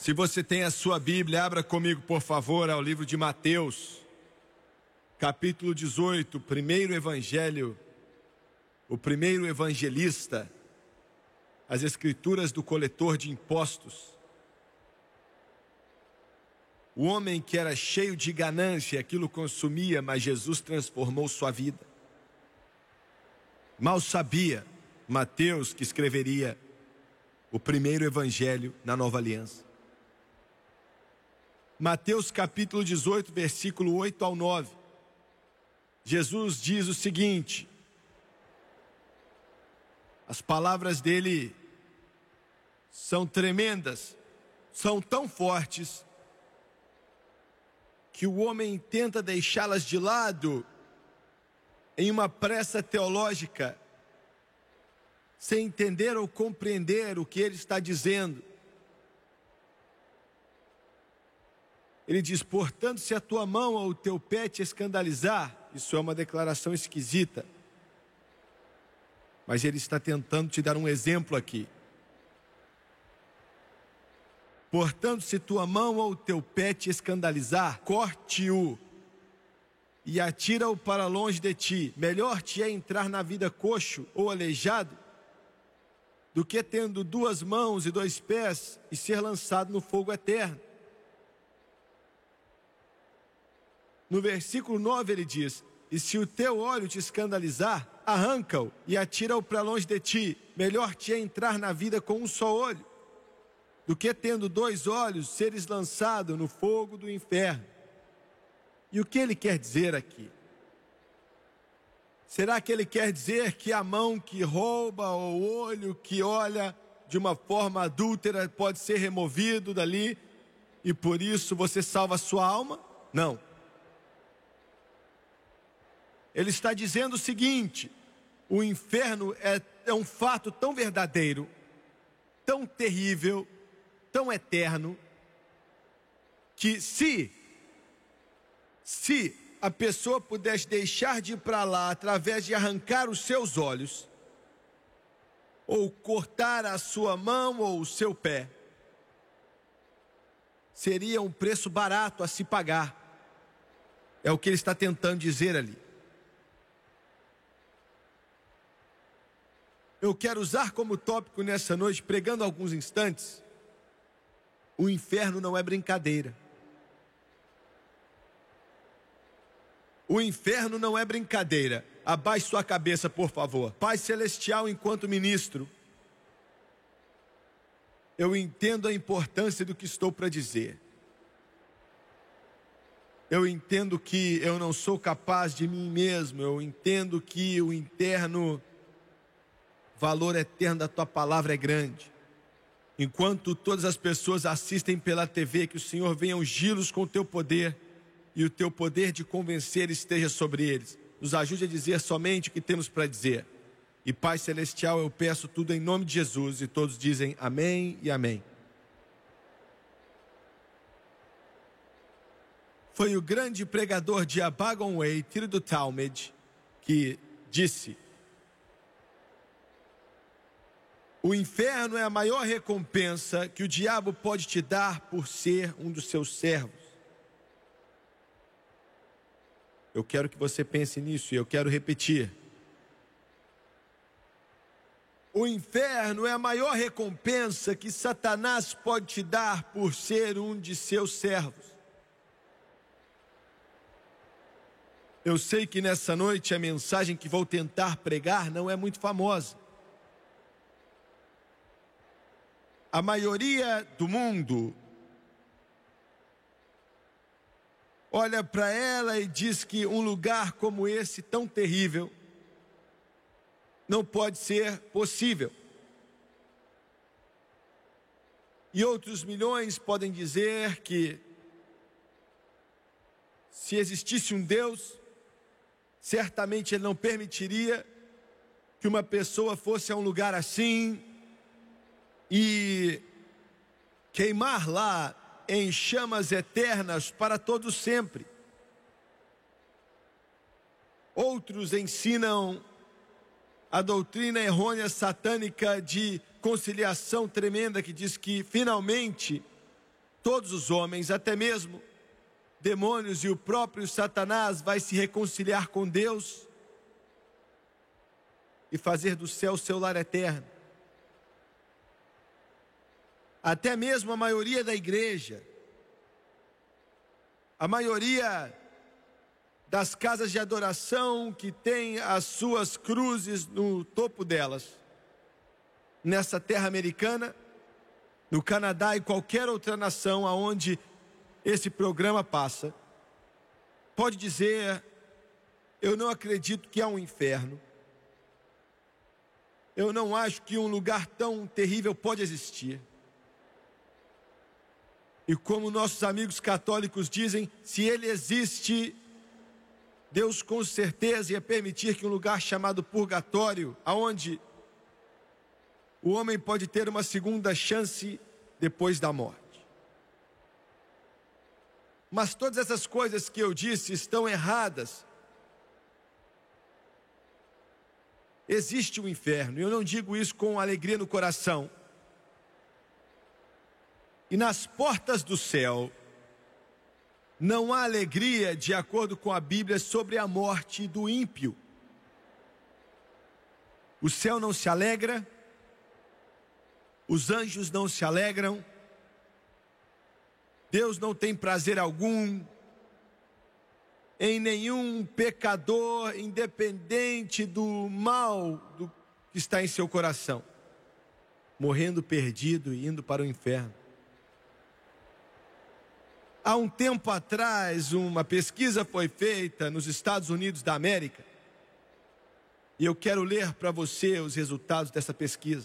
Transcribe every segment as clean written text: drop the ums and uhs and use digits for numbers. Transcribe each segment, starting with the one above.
Se você tem a sua Bíblia, abra comigo, por favor, ao livro de Mateus, capítulo 18, o primeiro evangelho, o primeiro evangelista, as escrituras do coletor de impostos. O homem que era cheio de ganância, aquilo consumia, mas Jesus transformou sua vida. Mal sabia Mateus que escreveria o primeiro evangelho na Nova Aliança. Mateus capítulo 18, versículo 8 ao 9. Jesus diz o seguinte: as palavras dele são tremendas, são tão fortes, que o homem tenta deixá-las de lado em uma pressa teológica, sem entender ou compreender o que ele está dizendo. Ele diz: portanto, se a tua mão ou o teu pé te escandalizar, isso é uma declaração esquisita, mas ele está tentando te dar um exemplo aqui. Portanto, se tua mão ou o teu pé te escandalizar, corte-o e atira-o para longe de ti. Melhor te é entrar na vida coxo ou aleijado, do que tendo duas mãos e dois pés e ser lançado no fogo eterno. No versículo 9 ele diz: e se o teu olho te escandalizar, arranca-o e atira-o para longe de ti. Melhor te é entrar na vida com um só olho, do que tendo dois olhos seres lançado no fogo do inferno. E o que ele quer dizer aqui? Será que ele quer dizer que a mão que rouba ou o olho que olha de uma forma adúltera pode ser removido dali e por isso você salva a sua alma? Não. Ele está dizendo o seguinte: o inferno é um fato tão verdadeiro, tão terrível, tão eterno, que se a pessoa pudesse deixar de ir para lá através de arrancar os seus olhos, ou cortar a sua mão ou o seu pé, seria um preço barato a se pagar. É o que ele está tentando dizer ali. Eu quero usar como tópico nessa noite, pregando alguns instantes: o inferno não é brincadeira. O inferno não é brincadeira. Abaixe sua cabeça, por favor. Pai Celestial, enquanto ministro, eu entendo a importância do que estou para dizer. Eu entendo que eu não sou capaz de mim mesmo. Eu entendo que o interno valor eterno da tua palavra é grande. Enquanto todas as pessoas assistem pela TV, que o Senhor venha ungí-los com o teu poder e o teu poder de convencer esteja sobre eles. Nos ajude a dizer somente o que temos para dizer. E Pai Celestial, eu peço tudo em nome de Jesus, e todos dizem amém e amém. Foi o grande pregador de Abagonway, Tiro do Talmud, que disse: o inferno é a maior recompensa que o diabo pode te dar por ser um dos seus servos. Eu quero que você pense nisso e eu quero repetir. O inferno é a maior recompensa que Satanás pode te dar por ser um de seus servos. Eu sei que nessa noite a mensagem que vou tentar pregar não é muito famosa. A maioria do mundo olha para ela e diz que um lugar como esse, tão terrível, não pode ser possível. E outros milhões podem dizer que se existisse um Deus, certamente Ele não permitiria que uma pessoa fosse a um lugar assim e queimar lá em chamas eternas para todo sempre. Outros ensinam a doutrina errônea satânica de conciliação tremenda, que diz que finalmente todos os homens, até mesmo demônios e o próprio Satanás, vai se reconciliar com Deus e fazer do céu seu lar eterno. Até mesmo a maioria da igreja, a maioria das casas de adoração que tem as suas cruzes no topo delas, nessa terra americana, no Canadá e qualquer outra nação aonde esse programa passa, pode dizer: eu não acredito que há um inferno. Eu não acho que um lugar tão terrível pode existir. E como nossos amigos católicos dizem, se ele existe, Deus com certeza ia permitir que um lugar chamado purgatório, aonde o homem pode ter uma segunda chance depois da morte. Mas todas essas coisas que eu disse estão erradas. Existe um inferno, e eu não digo isso com alegria no coração. E nas portas do céu, não há alegria, de acordo com a Bíblia, sobre a morte do ímpio. O céu não se alegra, os anjos não se alegram, Deus não tem prazer algum em nenhum pecador, independente do mal que está em seu coração, morrendo perdido e indo para o inferno. Há um tempo atrás, uma pesquisa foi feita nos Estados Unidos da América, e eu quero ler para você os resultados dessa pesquisa.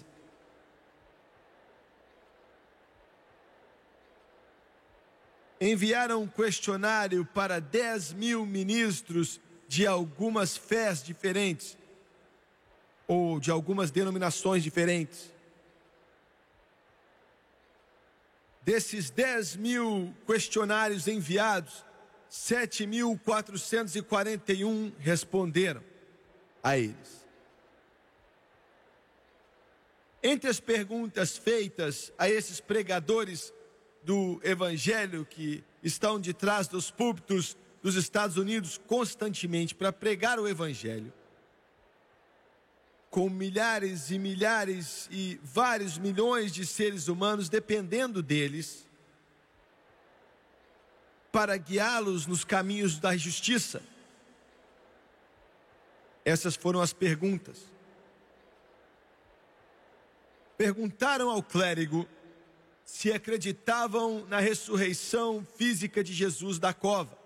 Enviaram um questionário para 10 mil ministros de algumas fés diferentes, ou de algumas denominações diferentes. Desses 10 mil questionários enviados, 7.441 responderam a eles. Entre as perguntas feitas a esses pregadores do Evangelho que estão de trás dos púlpitos dos Estados Unidos constantemente para pregar o Evangelho, com milhares e milhares e vários milhões de seres humanos dependendo deles para guiá-los nos caminhos da justiça. Essas foram as perguntas. Perguntaram ao clérigo se acreditavam na ressurreição física de Jesus da cova.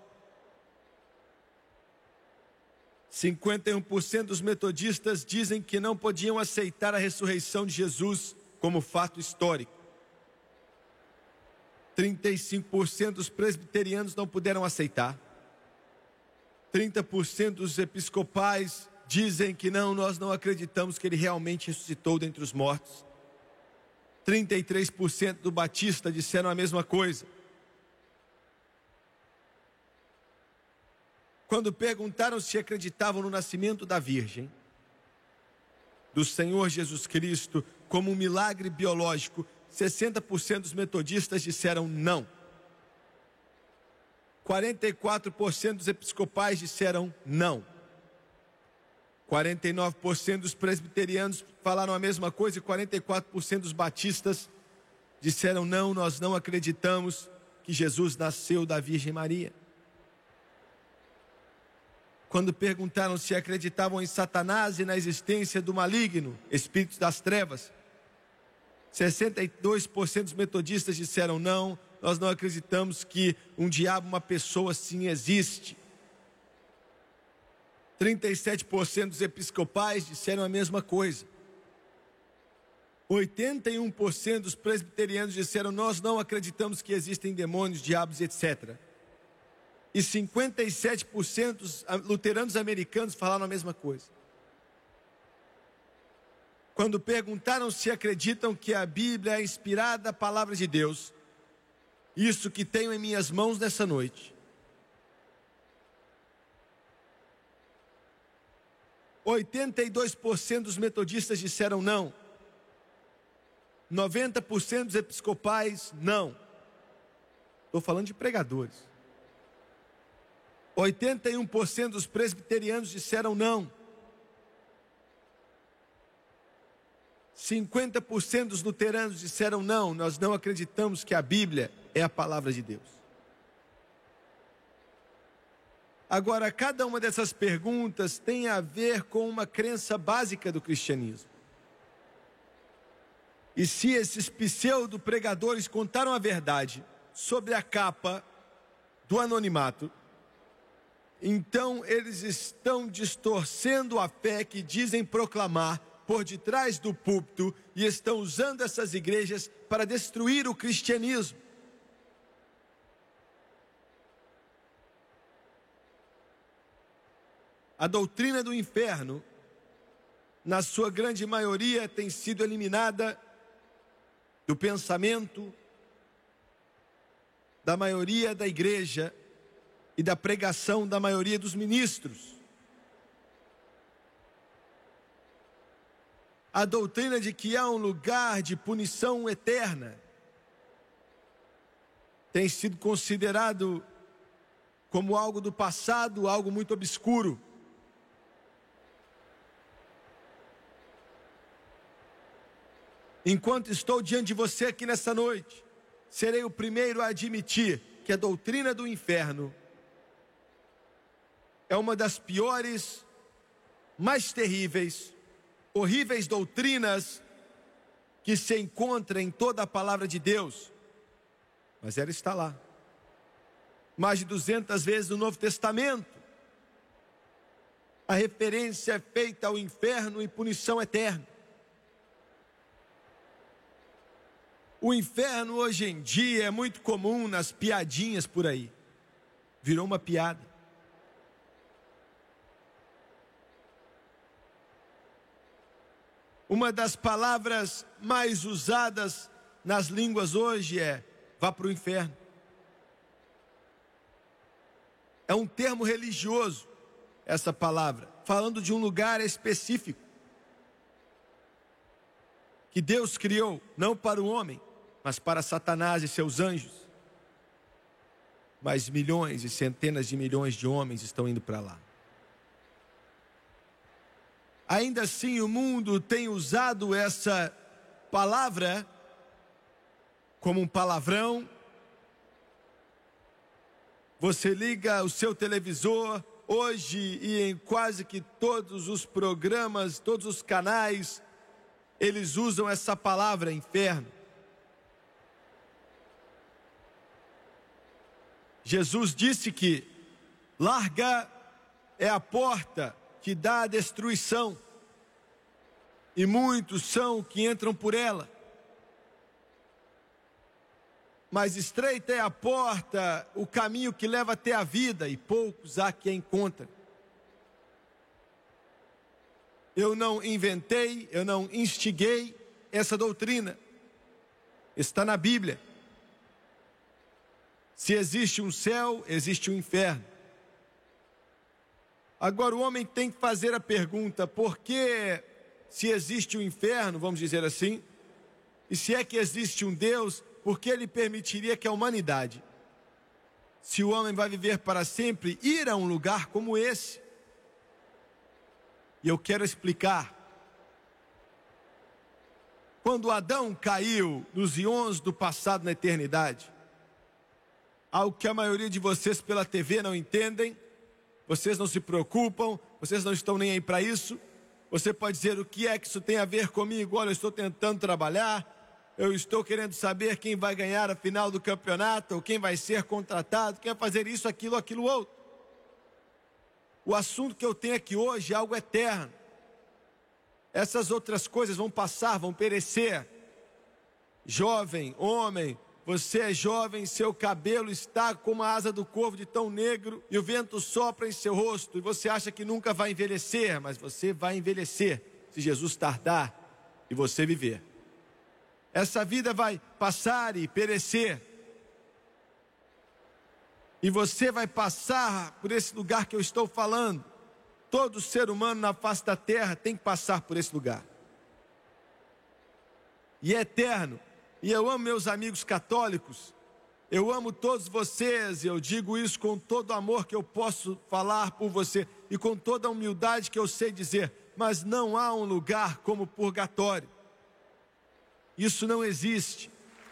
51% dos metodistas dizem que não podiam aceitar a ressurreição de Jesus como fato histórico. 35% dos presbiterianos não puderam aceitar. 30% dos episcopais dizem que não, nós não acreditamos que ele realmente ressuscitou dentre os mortos. 33% do batista disseram a mesma coisa. Quando perguntaram se acreditavam no nascimento da Virgem, do Senhor Jesus Cristo, como um milagre biológico, 60% dos metodistas disseram não. 44% dos episcopais disseram não. 49% dos presbiterianos falaram a mesma coisa e 44% dos batistas disseram não, nós não acreditamos que Jesus nasceu da Virgem Maria. Quando perguntaram se acreditavam em Satanás e na existência do maligno, espíritos das trevas, 62% dos metodistas disseram não, nós não acreditamos que um diabo, uma pessoa assim existe. 37% dos episcopais disseram a mesma coisa. 81% dos presbiterianos disseram nós não acreditamos que existem demônios, diabos, etc. E 57% dos luteranos americanos falaram a mesma coisa. Quando perguntaram se acreditam que a Bíblia é inspirada a palavra de Deus, isso que tenho em minhas mãos nessa noite, 82% dos metodistas disseram não. 90% dos episcopais não. Estou falando de pregadores. 81% dos presbiterianos disseram não. 50% dos luteranos disseram não, nós não acreditamos que a Bíblia é a palavra de Deus. Agora, cada uma dessas perguntas tem a ver com uma crença básica do cristianismo. E se esses pseudo-pregadores contaram a verdade sobre a capa do anonimato, então eles estão distorcendo a fé que dizem proclamar por detrás do púlpito e estão usando essas igrejas para destruir o cristianismo. A doutrina do inferno, na sua grande maioria, tem sido eliminada do pensamento da maioria da igreja e da pregação da maioria dos ministros. A doutrina de que há um lugar de punição eterna tem sido considerado como algo do passado, algo muito obscuro. Enquanto estou diante de você aqui nessa noite, serei o primeiro a admitir que a doutrina do inferno é uma das piores, mais terríveis, horríveis doutrinas que se encontra em toda a palavra de Deus. Mas ela está lá. Mais de 200 vezes no Novo Testamento. A referência é feita ao inferno e punição eterna. O inferno hoje em dia é muito comum nas piadinhas por aí. Virou uma piada. Uma das palavras mais usadas nas línguas hoje é vá para o inferno. É um termo religioso, essa palavra, falando de um lugar específico que Deus criou, não para o homem, mas para Satanás e seus anjos. Mas milhões e centenas de milhões de homens estão indo para lá. Ainda assim, o mundo tem usado essa palavra como um palavrão. Você liga o seu televisor hoje e em quase que todos os programas, todos os canais, eles usam essa palavra, inferno. Jesus disse que larga é a porta que dá à destruição, e muitos são que entram por ela. Mas estreita é a porta, o caminho que leva até a vida, e poucos há que a encontram. Eu não inventei, eu não instiguei essa doutrina. Está na Bíblia. Se existe um céu, existe um inferno. Agora o homem tem que fazer a pergunta, por que se existe um inferno, vamos dizer assim, e se é que existe um Deus, por que ele permitiria que a humanidade, se o homem vai viver para sempre, ir a um lugar como esse? E eu quero explicar. Quando Adão caiu nos íons do passado na eternidade, algo que a maioria de vocês pela TV não entendem, vocês não se preocupam, vocês não estão nem aí para isso. Você pode dizer, o que é que isso tem a ver comigo? Olha, eu estou tentando trabalhar, eu estou querendo saber quem vai ganhar a final do campeonato, ou quem vai ser contratado, quem vai fazer isso, aquilo outro. O assunto que eu tenho aqui hoje é algo eterno. Essas outras coisas vão passar, vão perecer. Jovem, homem, você é jovem, seu cabelo está como a asa do corvo de tão negro, e o vento sopra em seu rosto, e você acha que nunca vai envelhecer, mas você vai envelhecer, se Jesus tardar e você viver. Essa vida vai passar e perecer, e você vai passar por esse lugar que eu estou falando. Todo ser humano na face da terra tem que passar por esse lugar. E é eterno. E eu amo meus amigos católicos, Eu amo todos vocês, e eu digo isso com todo o amor que eu posso falar por você, e com toda a humildade que eu sei dizer, mas não há um lugar como purgatório. Isso não existe.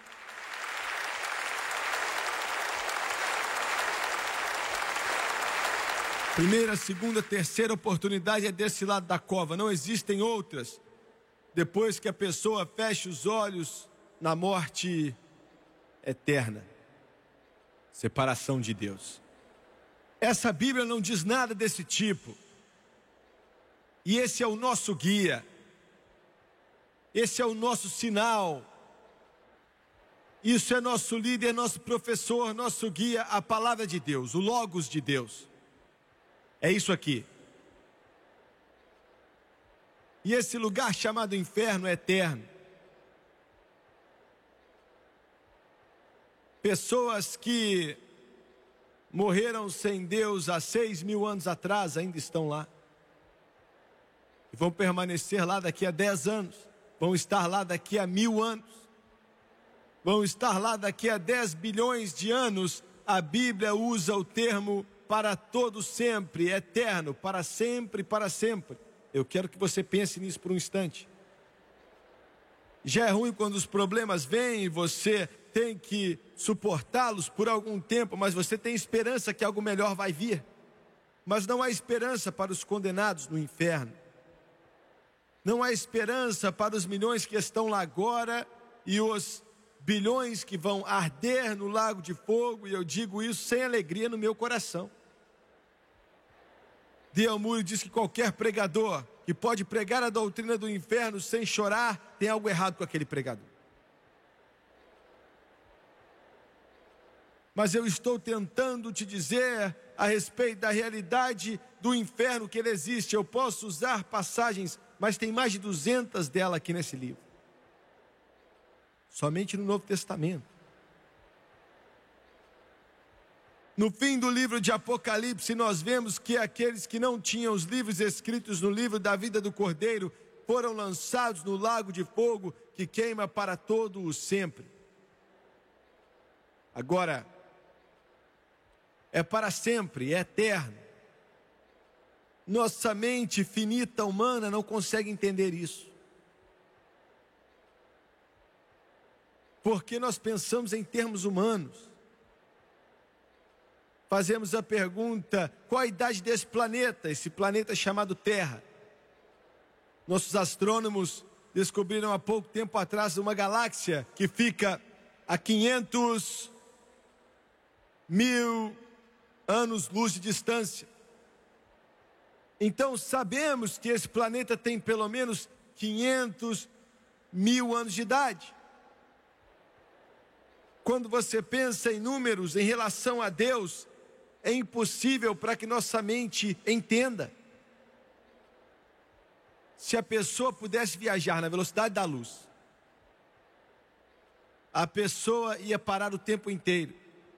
Primeira, segunda, terceira oportunidade é desse lado da cova, não existem outras. Depois que a pessoa fecha os olhos na morte eterna, separação de Deus. Essa Bíblia não diz nada desse tipo. E esse é o nosso guia. Esse é o nosso sinal. Isso é nosso líder, nosso professor, nosso guia, a palavra de Deus, o Logos de Deus. É isso aqui. E esse lugar chamado inferno é eterno. Pessoas que morreram sem Deus há 6.000 anos atrás ainda estão lá. E vão permanecer lá daqui a 10 anos. Vão estar lá daqui a 1.000 anos. Vão estar lá daqui a 10 bilhões de anos. A Bíblia usa o termo para todo sempre, eterno, para sempre, para sempre. Eu quero que você pense nisso por um instante. Já é ruim quando os problemas vêm e você tem que suportá-los por algum tempo, mas você tem esperança que algo melhor vai vir. Mas não há esperança para os condenados no inferno. Não há esperança para os milhões que estão lá agora e os bilhões que vão arder no lago de fogo, e eu digo isso sem alegria no meu coração. D.L. Moody diz que qualquer pregador que pode pregar a doutrina do inferno sem chorar, tem algo errado com aquele pregador. Mas eu estou tentando te dizer a respeito da realidade do inferno, que ele existe. Eu posso usar passagens, mas tem mais de 200 delas aqui nesse livro. Somente no Novo Testamento. No fim do livro de Apocalipse, nós vemos que aqueles que não tinham os livros escritos no livro da vida do Cordeiro foram lançados no lago de fogo que queima para todo o sempre. Agora, é para sempre, é eterno. Nossa mente finita humana não consegue entender isso. Porque nós pensamos em termos humanos. Fazemos a pergunta, qual a idade desse planeta? Esse planeta é chamado Terra. Nossos astrônomos descobriram há pouco tempo atrás uma galáxia que fica a 500.000 anos-luz de distância. Então sabemos que esse planeta tem pelo menos 500.000 anos de idade. Quando você pensa em números em relação a Deus, é impossível para que nossa mente entenda. Se a pessoa pudesse viajar na velocidade da luz, a pessoa ia parar o tempo inteiro.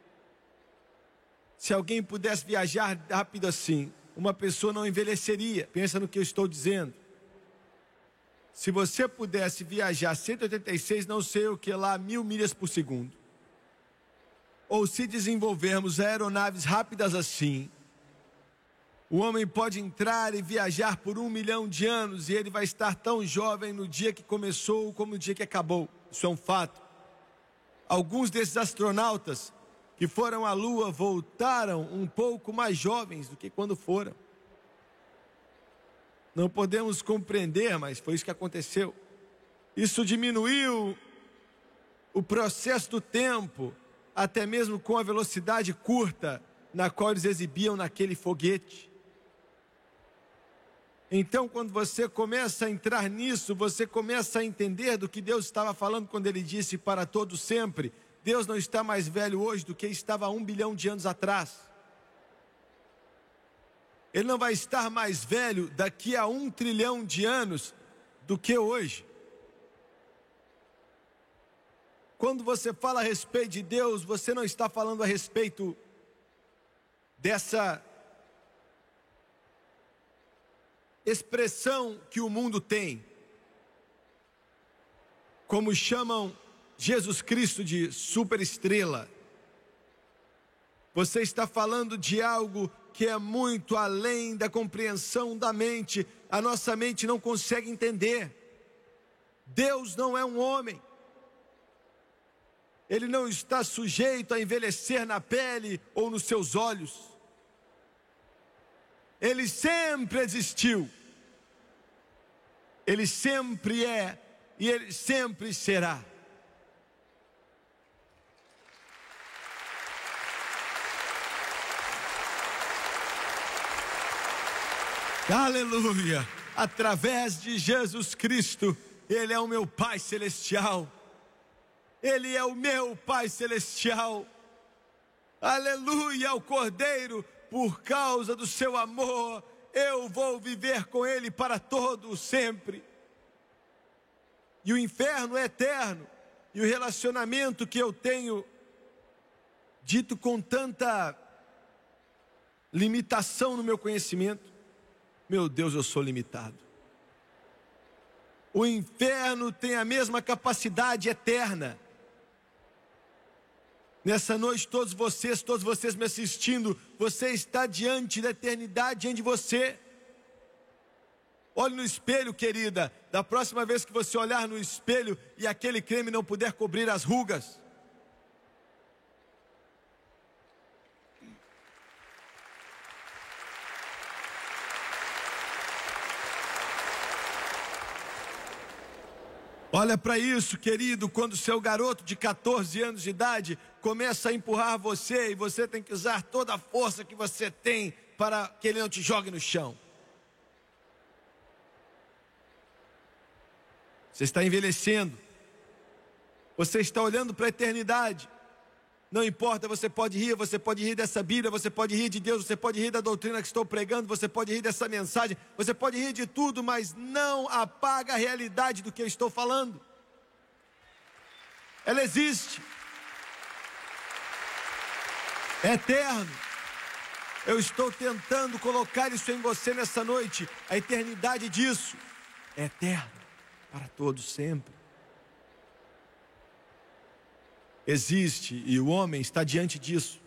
Se alguém pudesse viajar rápido assim, uma pessoa não envelheceria. Pensa no que eu estou dizendo. Se você pudesse viajar 186, não sei o que lá, 1.000 milhas por segundo, ou se desenvolvermos aeronaves rápidas assim, o homem pode entrar e viajar por 1 milhão de anos e ele vai estar tão jovem no dia que começou como no dia que acabou. Isso é um fato. Alguns desses astronautas que foram à Lua voltaram um pouco mais jovens do que quando foram. Não podemos compreender, mas foi isso que aconteceu. Isso diminuiu o processo do tempo, até mesmo com a velocidade curta na qual eles exibiam naquele foguete. Então, quando você começa a entrar nisso, você começa a entender do que Deus estava falando quando Ele disse para todo sempre. Deus não está mais velho hoje do que estava há 1 bilhão de anos atrás. Ele não vai estar mais velho daqui a 1 trilhão de anos do que hoje. Quando você fala a respeito de Deus, você não está falando a respeito dessa expressão que o mundo tem, como chamam Jesus Cristo de superestrela. Você está falando de algo que é muito além da compreensão da mente. A nossa mente não consegue entender. Deus não é um homem. Ele não está sujeito a envelhecer na pele ou nos seus olhos. Ele sempre existiu. Ele sempre é e ele sempre será. Aleluia! Através de Jesus Cristo, Ele é o meu Pai Celestial. Ele é o meu Pai Celestial. Aleluia ao Cordeiro, por causa do seu amor, eu vou viver com Ele para todo sempre. E o inferno é eterno. E o relacionamento que eu tenho dito com tanta limitação no meu conhecimento, meu Deus, eu sou limitado. O inferno tem a mesma capacidade eterna. Nessa noite, todos vocês me assistindo, você está diante da eternidade, diante de você. Olhe no espelho, querida. Da próxima vez que você olhar no espelho e aquele creme não puder cobrir as rugas, olha para isso, querido, quando seu garoto de 14 anos de idade começa a empurrar você e você tem que usar toda a força que você tem para que ele não te jogue no chão. Você está envelhecendo. Você está olhando para a eternidade. Não importa, você pode rir dessa Bíblia, você pode rir de Deus, você pode rir da doutrina que estou pregando, você pode rir dessa mensagem, você pode rir de tudo, mas não apaga a realidade do que eu estou falando. Ela existe. É eterno. Eu estou tentando colocar isso em você nessa noite. A eternidade disso é eterno, para todos sempre. Existe e o homem está diante disso.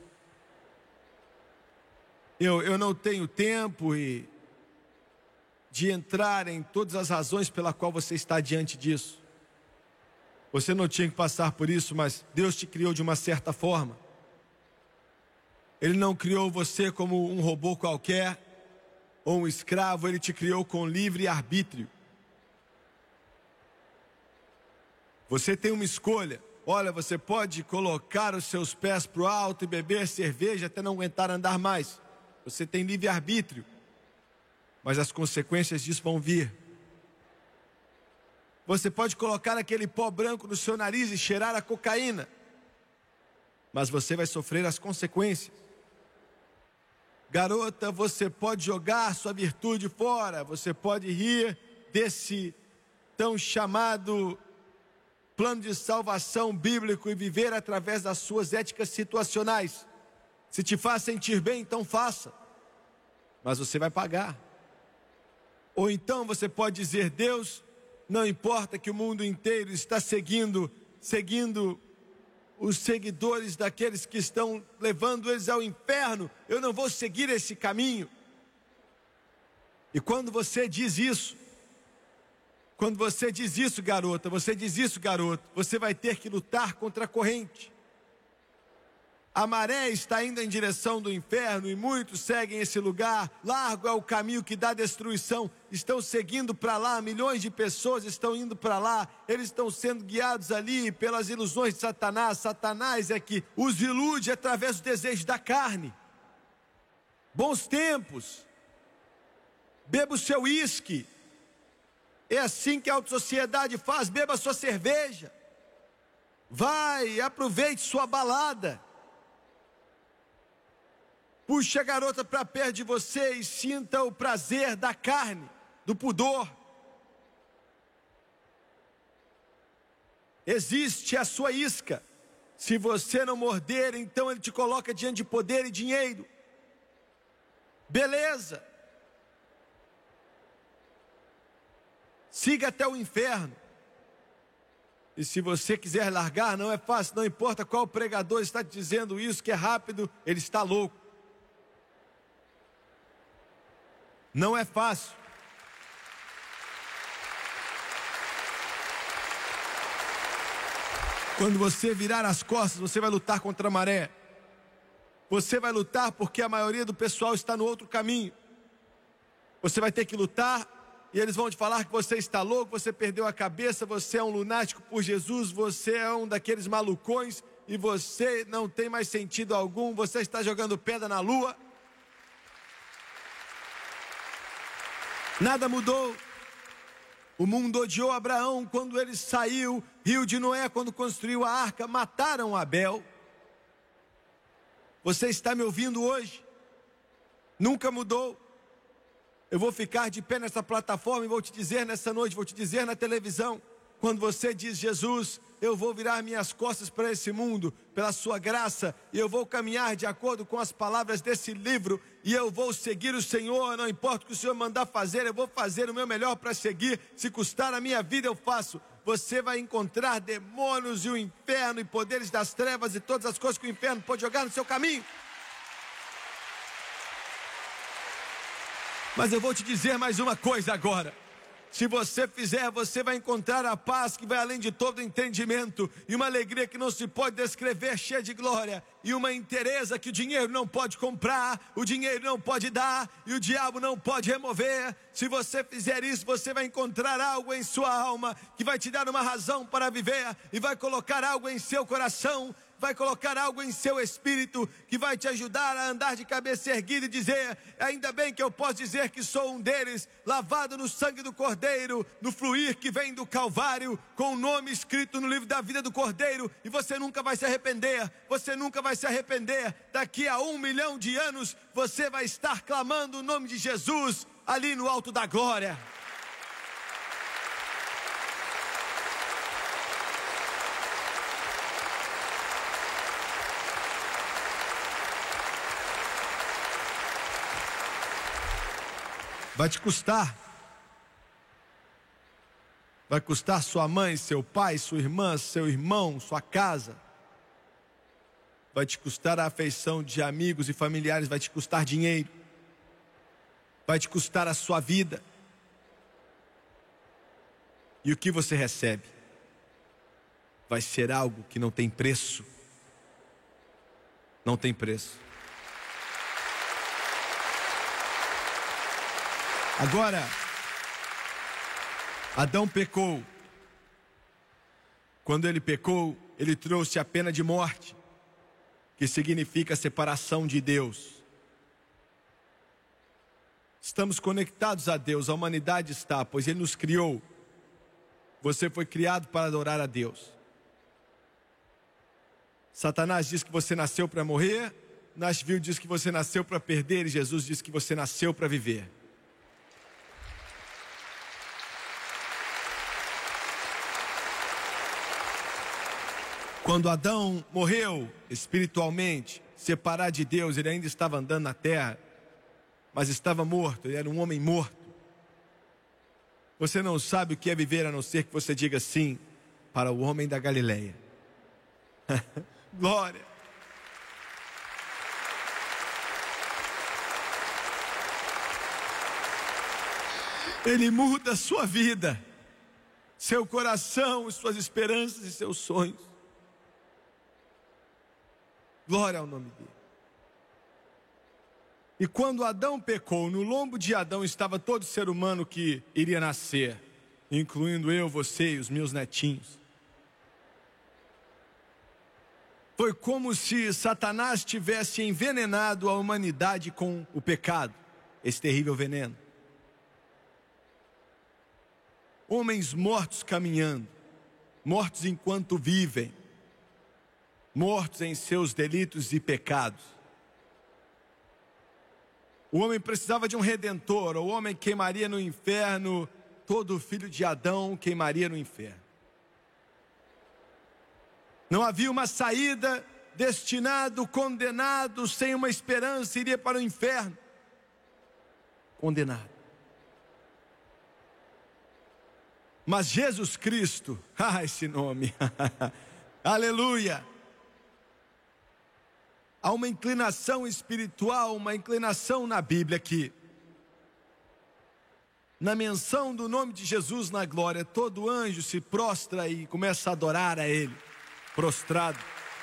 Eu não tenho tempo de entrar em todas as razões pela qual você está diante disso. Você não tinha que passar por isso, mas Deus te criou de uma certa forma. Ele não criou você como um robô qualquer ou um escravo, Ele te criou com livre arbítrio. Você tem uma escolha. Olha, você pode colocar os seus pés para o alto e beber cerveja até não aguentar andar mais. Você tem livre-arbítrio. Mas as consequências disso vão vir. Você pode colocar aquele pó branco no seu nariz e cheirar a cocaína. Mas você vai sofrer as consequências. Garota, você pode jogar sua virtude fora. Você pode rir desse tão chamado plano de salvação bíblico e viver através das suas éticas situacionais. Se te faz sentir bem, então faça. Mas você vai pagar. Ou então você pode dizer: Deus, não importa que o mundo inteiro está seguindo os seguidores daqueles que estão levando eles ao inferno, eu não vou seguir esse caminho. E quando você diz isso, garota, você vai ter que lutar contra a corrente. A maré está indo em direção do inferno e muitos seguem esse lugar. Largo é o caminho que dá destruição. Estão seguindo para lá, milhões de pessoas estão indo para lá. Eles estão sendo guiados ali pelas ilusões de Satanás. Satanás é que os ilude através do desejo da carne. Bons tempos. Beba o seu uísque. É assim que a autossociedade faz. Beba sua cerveja. Vai, aproveite sua balada. Puxe a garota para perto de você e sinta o prazer da carne, do pudor. Existe a sua isca. Se você não morder, então ele te coloca diante de poder e dinheiro. Beleza. Siga até o inferno. E se você quiser largar, não é fácil, não importa qual pregador está te dizendo isso, que é rápido, ele está louco. Não é fácil. Quando você virar as costas, você vai lutar contra a maré. Você vai lutar porque a maioria do pessoal está no outro caminho. Você vai ter que lutar e eles vão te falar que você está louco, você perdeu a cabeça, você é um lunático por Jesus, você é um daqueles malucões e você não tem mais sentido algum, você está jogando pedra na lua. Nada mudou. O mundo odiou Abraão quando ele saiu, riu de Noé quando construiu a arca, mataram Abel. Você está me ouvindo hoje? Nunca mudou. Eu vou ficar de pé nessa plataforma e vou te dizer nessa noite, vou te dizer na televisão, quando você diz: Jesus, eu vou virar minhas costas para esse mundo, pela sua graça, e eu vou caminhar de acordo com as palavras desse livro, e eu vou seguir o Senhor, não importa o que o Senhor mandar fazer, eu vou fazer o meu melhor para seguir, se custar a minha vida eu faço. Você vai encontrar demônios e o inferno e poderes das trevas e todas as coisas que o inferno pode jogar no seu caminho. Mas eu vou te dizer mais uma coisa agora. Se você fizer, você vai encontrar a paz que vai além de todo entendimento, e uma alegria que não se pode descrever, cheia de glória, e uma inteireza que o dinheiro não pode comprar, o dinheiro não pode dar, e o diabo não pode remover. Se você fizer isso, você vai encontrar algo em sua alma, que vai te dar uma razão para viver, e vai colocar algo em seu coração, vai colocar algo em seu espírito, que vai te ajudar a andar de cabeça erguida e dizer: ainda bem que eu posso dizer que sou um deles, lavado no sangue do Cordeiro, no fluir que vem do Calvário, com o nome escrito no livro da vida do Cordeiro, e você nunca vai se arrepender, você nunca vai se arrepender. Daqui a 1 milhão de anos, você vai estar clamando o nome de Jesus, ali no alto da glória. Vai te custar. Vai custar sua mãe, seu pai, sua irmã, seu irmão, sua casa. Vai te custar a afeição de amigos e familiares, vai te custar dinheiro. Vai te custar a sua vida. E o que você recebe vai ser algo que não tem preço. Não tem preço. Agora, Adão pecou. Quando ele pecou, ele trouxe a pena de morte, que significa separação de Deus. Estamos conectados a Deus, a humanidade está, pois Ele nos criou. Você foi criado para adorar a Deus. Satanás diz que você nasceu para morrer, Nashville diz que você nasceu para perder, e Jesus diz que você nasceu para viver. Quando Adão morreu espiritualmente, separado de Deus, ele ainda estava andando na terra, mas estava morto, ele era um homem morto. Você não sabe o que é viver a não ser que você diga sim para o homem da Galileia. Glória! Ele muda a sua vida, seu coração, suas esperanças e seus sonhos. Glória ao nome dele. E quando Adão pecou, no lombo de Adão estava todo ser humano que iria nascer, incluindo eu, você e os meus netinhos. Foi como se Satanás tivesse envenenado a humanidade com o pecado, esse terrível veneno. Homens mortos caminhando, mortos enquanto vivem, mortos em seus delitos e pecados. O homem precisava de um redentor, o homem queimaria no inferno, todo filho de Adão queimaria no inferno. Não havia uma saída, destinado, condenado, sem uma esperança, iria para o inferno. Condenado. Mas Jesus Cristo, esse nome, aleluia. Há uma inclinação espiritual, uma inclinação na Bíblia que, na menção do nome de Jesus na glória, todo anjo se prostra e começa a adorar a Ele, prostrado.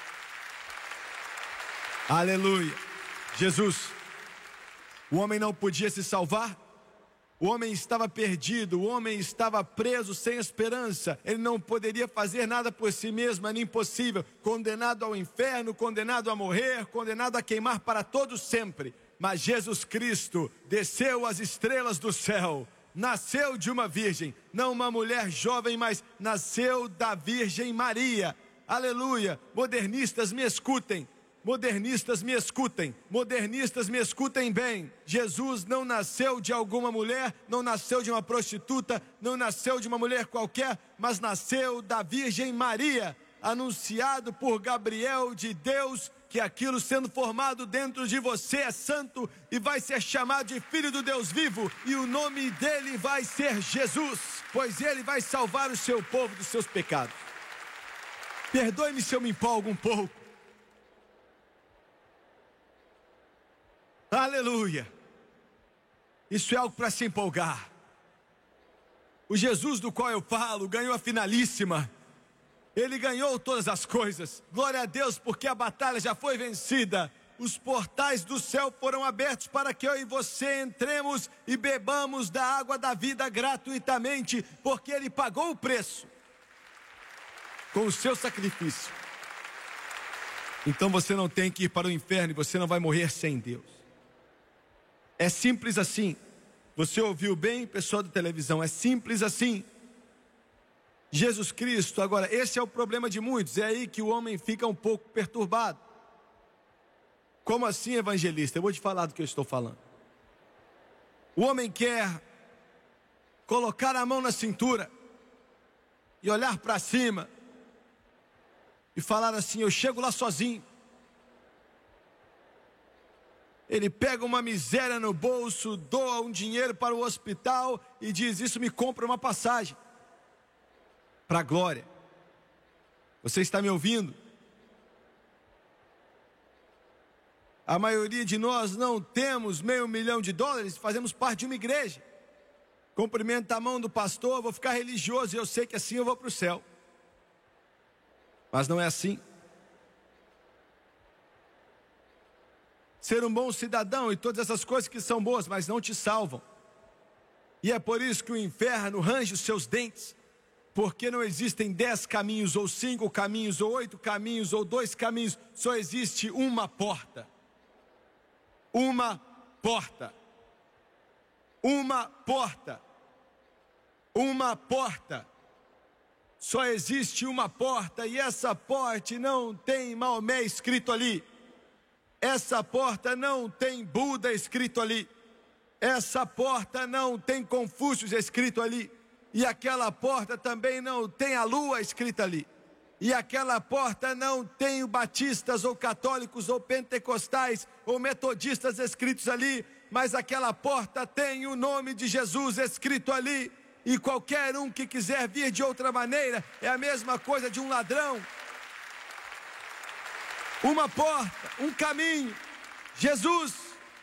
Aleluia. Jesus, o homem não podia se salvar, o homem estava perdido, o homem estava preso sem esperança, ele não poderia fazer nada por si mesmo, era impossível, condenado ao inferno, condenado a morrer, condenado a queimar para todo sempre. Mas Jesus Cristo desceu às estrelas do céu, nasceu de uma virgem, não uma mulher jovem, mas nasceu da Virgem Maria. Aleluia. Modernistas me escutem. Modernistas me escutem, modernistas me escutem bem. Jesus não nasceu de alguma mulher, não nasceu de uma prostituta, não nasceu de uma mulher qualquer, mas nasceu da Virgem Maria, anunciado por Gabriel de Deus, que aquilo sendo formado dentro de você é santo e vai ser chamado de Filho do Deus vivo, e o nome dele vai ser Jesus, pois ele vai salvar o seu povo dos seus pecados. Perdoe-me se eu me empolgo um pouco. Aleluia. Isso é algo para se empolgar. O Jesus do qual eu falo ganhou a finalíssima. Ele ganhou todas as coisas. Glória a Deus, porque a batalha já foi vencida. Os portais do céu foram abertos para que eu e você entremos e bebamos da água da vida gratuitamente, porque Ele pagou o preço com o seu sacrifício. Então você não tem que ir para o inferno e você não vai morrer sem Deus. É simples assim. Você ouviu bem, pessoal da televisão, é simples assim. Jesus Cristo, agora, esse é o problema de muitos, é aí que o homem fica um pouco perturbado. Como assim, evangelista? Eu vou te falar do que eu estou falando. O homem quer colocar a mão na cintura e olhar para cima e falar assim: eu chego lá sozinho. Ele pega uma miséria no bolso, doa um dinheiro para o hospital e diz: isso me compra uma passagem para a glória. Você está me ouvindo? A maioria de nós não temos $500 mil, fazemos parte de uma igreja. Cumprimento a mão do pastor, vou ficar religioso e eu sei que assim eu vou para o céu. Mas não é assim. Ser um bom cidadão e todas essas coisas que são boas, mas não te salvam. E é por isso que o inferno range os seus dentes, porque não existem 10 caminhos, ou 5 caminhos, ou 8 caminhos, ou 2 caminhos, só existe uma porta. Uma porta. Uma porta. Uma porta. Só existe uma porta, e essa porta não tem Maomé escrito ali. Essa porta não tem Buda escrito ali. Essa porta não tem Confúcio escrito ali. E aquela porta também não tem a lua escrita ali. E aquela porta não tem o batistas ou católicos ou pentecostais ou metodistas escritos ali. Mas aquela porta tem o nome de Jesus escrito ali. E qualquer um que quiser vir de outra maneira é a mesma coisa de um ladrão. Uma porta, um caminho, Jesus.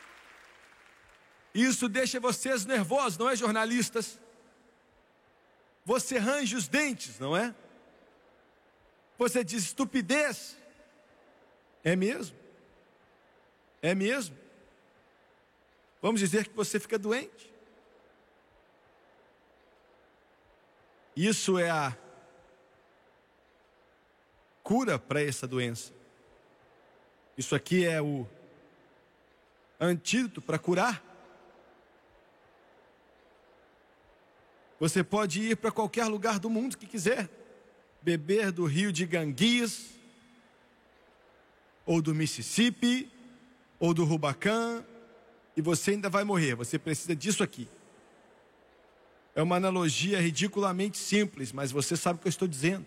Isso deixa vocês nervosos, não é, jornalistas? Você range os dentes, não é? Você diz estupidez. É mesmo? É mesmo? Vamos dizer que você fica doente. Isso é a cura para essa doença. Isso aqui é o antídoto para curar. Você pode ir para qualquer lugar do mundo que quiser, beber do rio de Ganges, ou do Mississippi, ou do Rubacan, e você ainda vai morrer. Você precisa disso aqui. É uma analogia ridiculamente simples, mas você sabe o que eu estou dizendo.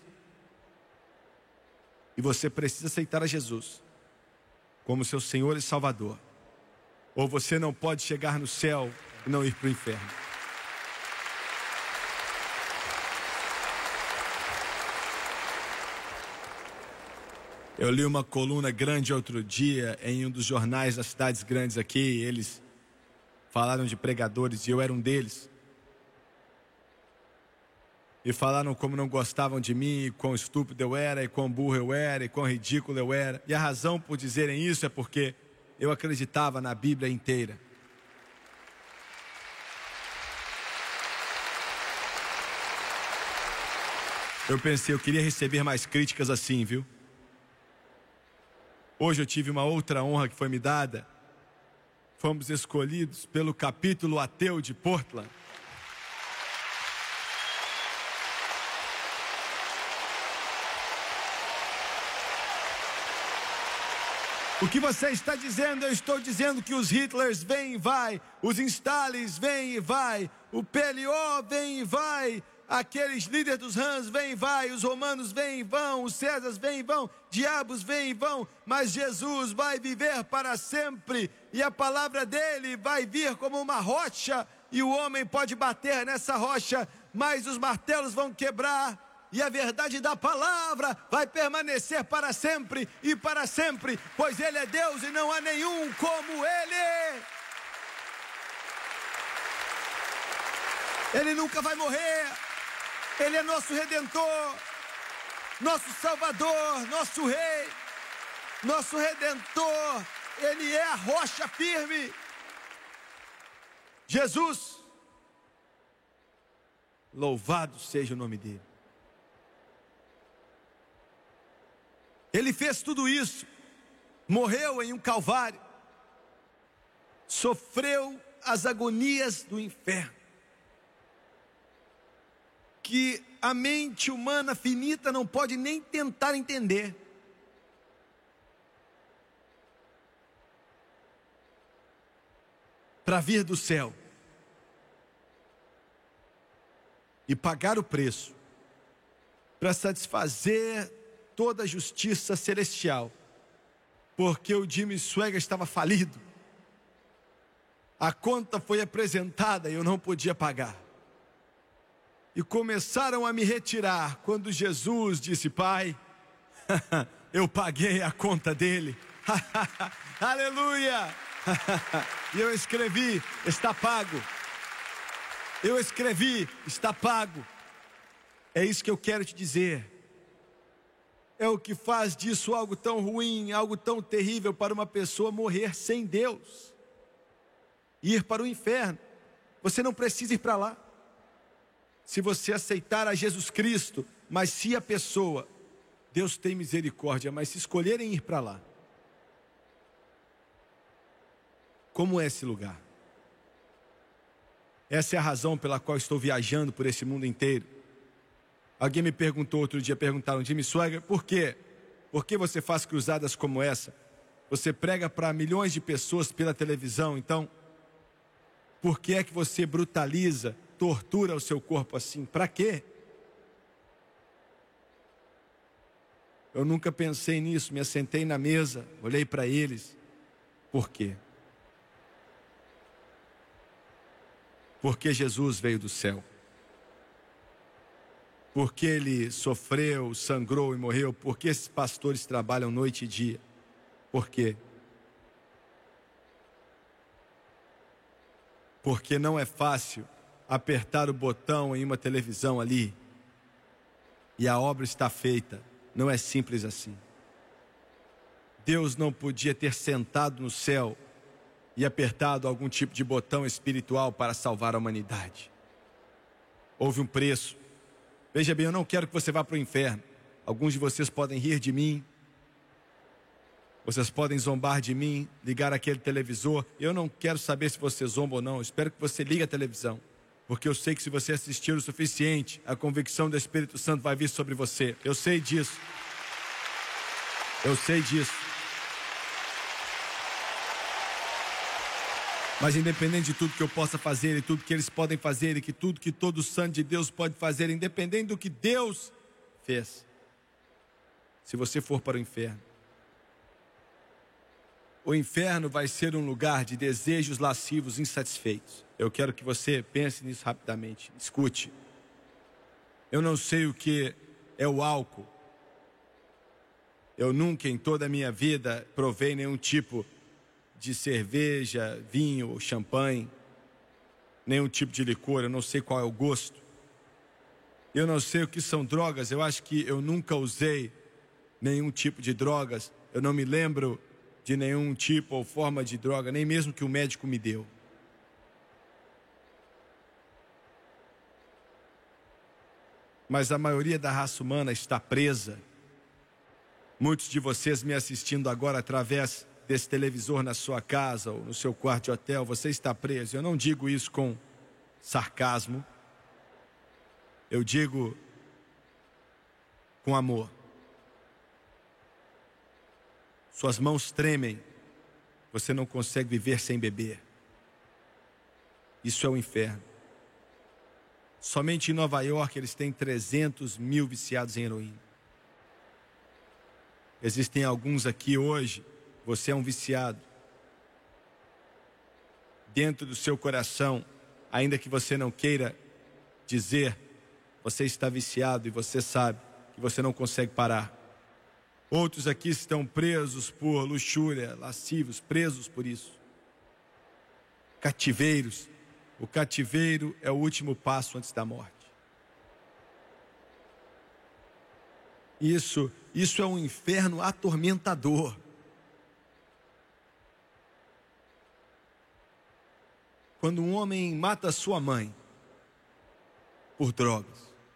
E você precisa aceitar a Jesus como seu Senhor e Salvador. Ou você não pode chegar no céu e não ir para o inferno. Eu li uma coluna grande outro dia em um dos jornais das cidades grandes aqui. Eles falaram de pregadores e eu era um deles. E falaram como não gostavam de mim, e quão estúpido eu era, e quão burro eu era, e quão ridículo eu era. E a razão por dizerem isso é porque eu acreditava na Bíblia inteira. Eu pensei, eu queria receber mais críticas assim, viu? Hoje eu tive uma outra honra que foi me dada. Fomos escolhidos pelo capítulo ateu de Portland. O que você está dizendo? Eu estou dizendo que os Hitlers vêm e vai, os Stalins vêm e vai, o PLO vem e vai, aqueles líderes dos Rams vêm e vai, os romanos vêm e vão, os Césares vêm e vão, diabos vêm e vão, mas Jesus vai viver para sempre e a palavra dele vai vir como uma rocha e o homem pode bater nessa rocha, mas os martelos vão quebrar. E a verdade da palavra vai permanecer para sempre e para sempre, pois Ele é Deus e não há nenhum como Ele. Ele nunca vai morrer. Ele é nosso Redentor, nosso Salvador, nosso Rei, nosso Redentor. Ele é a rocha firme. Jesus, louvado seja o nome dEle. Ele fez tudo isso, morreu em um calvário, sofreu as agonias do inferno, que a mente humana finita não pode nem tentar entender. Para vir do céu e pagar o preço, para satisfazer toda a justiça celestial, porque o Jimmy Swaggart estava falido. A conta foi apresentada e eu não podia pagar. E começaram a me retirar quando Jesus disse: Pai, eu paguei a conta dele. Aleluia! E eu escrevi: está pago. Eu escrevi: está pago. É isso que eu quero te dizer. É o que faz disso algo tão ruim, algo tão terrível para uma pessoa morrer sem Deus, ir para o inferno. Você não precisa ir para lá. Se você aceitar a Jesus Cristo, mas se a pessoa, Deus tem misericórdia, mas se escolherem ir para lá, como é esse lugar? Essa é a razão pela qual estou viajando por esse mundo inteiro. Alguém me perguntou outro dia, perguntaram: Jimmy Swaggart, por quê? Por que você faz cruzadas como essa? Você prega para milhões de pessoas pela televisão, então por que é que você brutaliza, tortura o seu corpo assim? Para quê? Eu nunca pensei nisso, me assentei na mesa, olhei para eles. Por quê? Porque Jesus veio do céu. Porque Ele sofreu, sangrou e morreu. Porque esses pastores trabalham noite e dia. Por quê? Porque não é fácil apertar o botão em uma televisão ali e a obra está feita. Não é simples assim. Deus não podia ter sentado no céu e apertado algum tipo de botão espiritual para salvar a humanidade. Houve um preço. Veja bem, eu não quero que você vá para o inferno. Alguns de vocês podem rir de mim. Vocês podem zombar de mim, ligar aquele televisor. Eu não quero saber se você zomba ou não. Eu espero que você ligue a televisão. Porque eu sei que se você assistir o suficiente, a convicção do Espírito Santo vai vir sobre você. Eu sei disso. Eu sei disso. Mas independente de tudo que eu possa fazer e tudo que eles podem fazer e que tudo que todo santo de Deus pode fazer, independente do que Deus fez, se você for para o inferno vai ser um lugar de desejos lascivos insatisfeitos. Eu quero que você pense nisso rapidamente. Escute. Eu não sei o que é o álcool. Eu nunca em toda a minha vida provei nenhum tipo de cerveja, vinho ou champanhe, nenhum tipo de licor, eu não sei qual é o gosto. Eu não sei o que são drogas, eu acho que eu nunca usei nenhum tipo de drogas. Eu não me lembro de nenhum tipo ou forma de droga, nem mesmo que o médico me deu. Mas a maioria da raça humana está presa. Muitos de vocês me assistindo agora através desse televisor na sua casa ou no seu quarto de hotel, você está preso. Eu não digo isso com sarcasmo. Eu digo com amor. Suas mãos tremem. Você não consegue viver sem beber. Isso é o inferno. Somente em Nova York eles têm 300 mil viciados em heroína. Existem alguns aqui hoje, você é um viciado. Dentro do seu coração, ainda que você não queira dizer, você está viciado e você sabe que você não consegue parar. Outros aqui estão presos por luxúria, lascivos, presos por isso. Cativeiros. O cativeiro é o último passo antes da morte. Isso é um inferno atormentador. Quando um homem mata sua mãe por drogas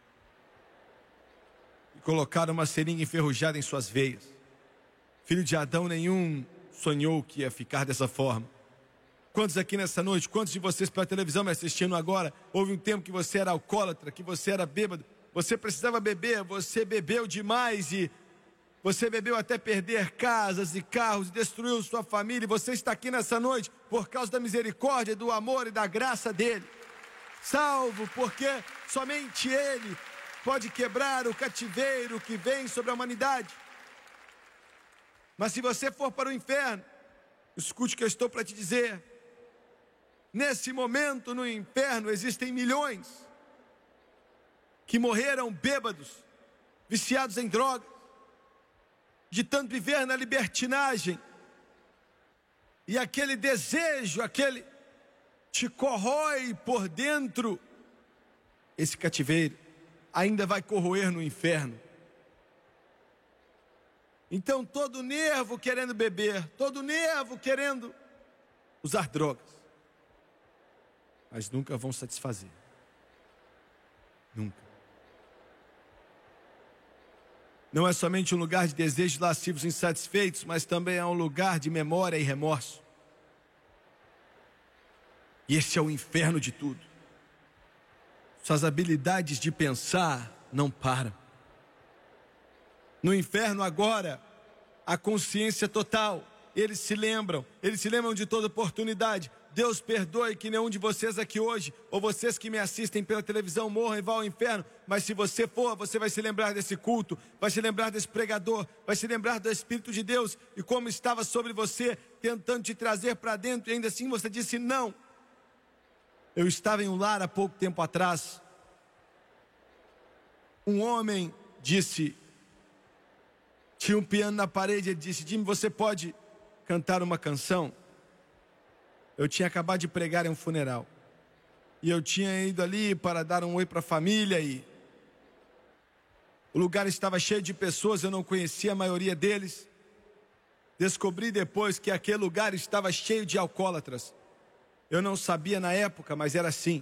e colocaram uma seringa enferrujada em suas veias, filho de Adão nenhum sonhou que ia ficar dessa forma. Quantos aqui nessa noite, quantos de vocês pela televisão me assistindo agora, houve um tempo que você era alcoólatra, que você era bêbado, você precisava beber, você bebeu demais e você bebeu até perder casas e carros, destruiu sua família, e você está aqui nessa noite por causa da misericórdia, do amor e da graça dele. Salvo porque somente ele pode quebrar o cativeiro que vem sobre a humanidade. Mas se você for para o inferno, escute o que eu estou para te dizer. Nesse momento no inferno existem milhões que morreram bêbados, viciados em drogas, de tanto viver na libertinagem. E aquele desejo, aquele te corrói por dentro. Esse cativeiro ainda vai corroer no inferno. Então todo nervo querendo beber, todo nervo querendo usar drogas, mas nunca vão satisfazer. Nunca. Não é somente um lugar de desejos lascivos insatisfeitos, mas também é um lugar de memória e remorso. E esse é o inferno de tudo. Suas habilidades de pensar não param. No inferno agora, a consciência total. Eles se lembram de toda oportunidade. Deus perdoe que nenhum de vocês aqui hoje, ou vocês que me assistem pela televisão, morram e vão ao inferno. Mas se você for, você vai se lembrar desse culto, vai se lembrar desse pregador, vai se lembrar do Espírito de Deus e como estava sobre você, tentando te trazer para dentro, e ainda assim você disse não. Eu estava em um lar há pouco tempo atrás. Um homem disse, tinha um piano na parede, ele disse, Jimmy, você pode cantar uma canção? Eu tinha acabado de pregar em um funeral. E eu tinha ido ali para dar um oi para a família e o lugar estava cheio de pessoas, eu não conhecia a maioria deles. Descobri depois que aquele lugar estava cheio de alcoólatras. Eu não sabia na época, mas era assim.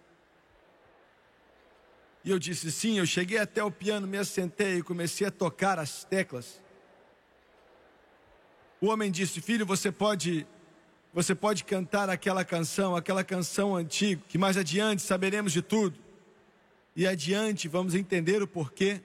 E eu disse sim, eu cheguei até o piano, me assentei e comecei a tocar as teclas. O homem disse, filho, você pode cantar aquela canção antiga, que mais adiante saberemos de tudo. E adiante vamos entender o porquê.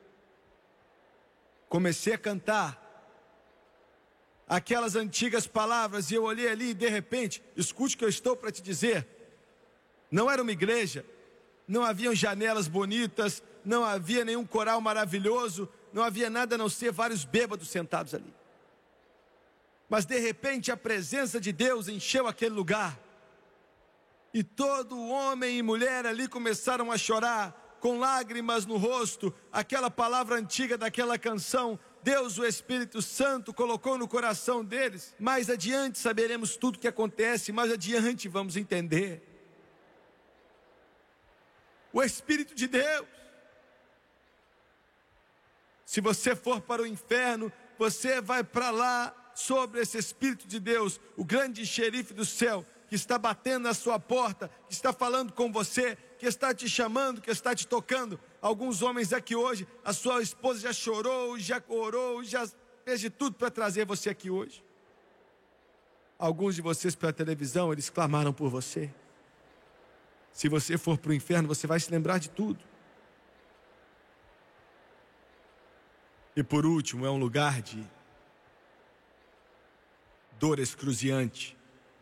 Comecei a cantar aquelas antigas palavras e eu olhei ali e de repente, escute o que eu estou para te dizer. Não era uma igreja, não haviam janelas bonitas, não havia nenhum coral maravilhoso, não havia nada a não ser vários bêbados sentados ali. Mas de repente a presença de Deus encheu aquele lugar. E todo homem e mulher ali começaram a chorar, com lágrimas no rosto, aquela palavra antiga daquela canção. Deus, o Espírito Santo, colocou no coração deles. Mais adiante saberemos tudo o que acontece, mais adiante vamos entender. O Espírito de Deus. Se você for para o inferno, você vai para lá sobre esse Espírito de Deus, o grande xerife do céu, que está batendo na sua porta, que está falando com você, que está te chamando, que está te tocando. Alguns homens aqui hoje, a sua esposa já chorou, já orou, já fez de tudo para trazer você aqui hoje. Alguns de vocês pela televisão, eles clamaram por você. Se você for para o inferno, você vai se lembrar de tudo. E por último, é um lugar de dor excruciante.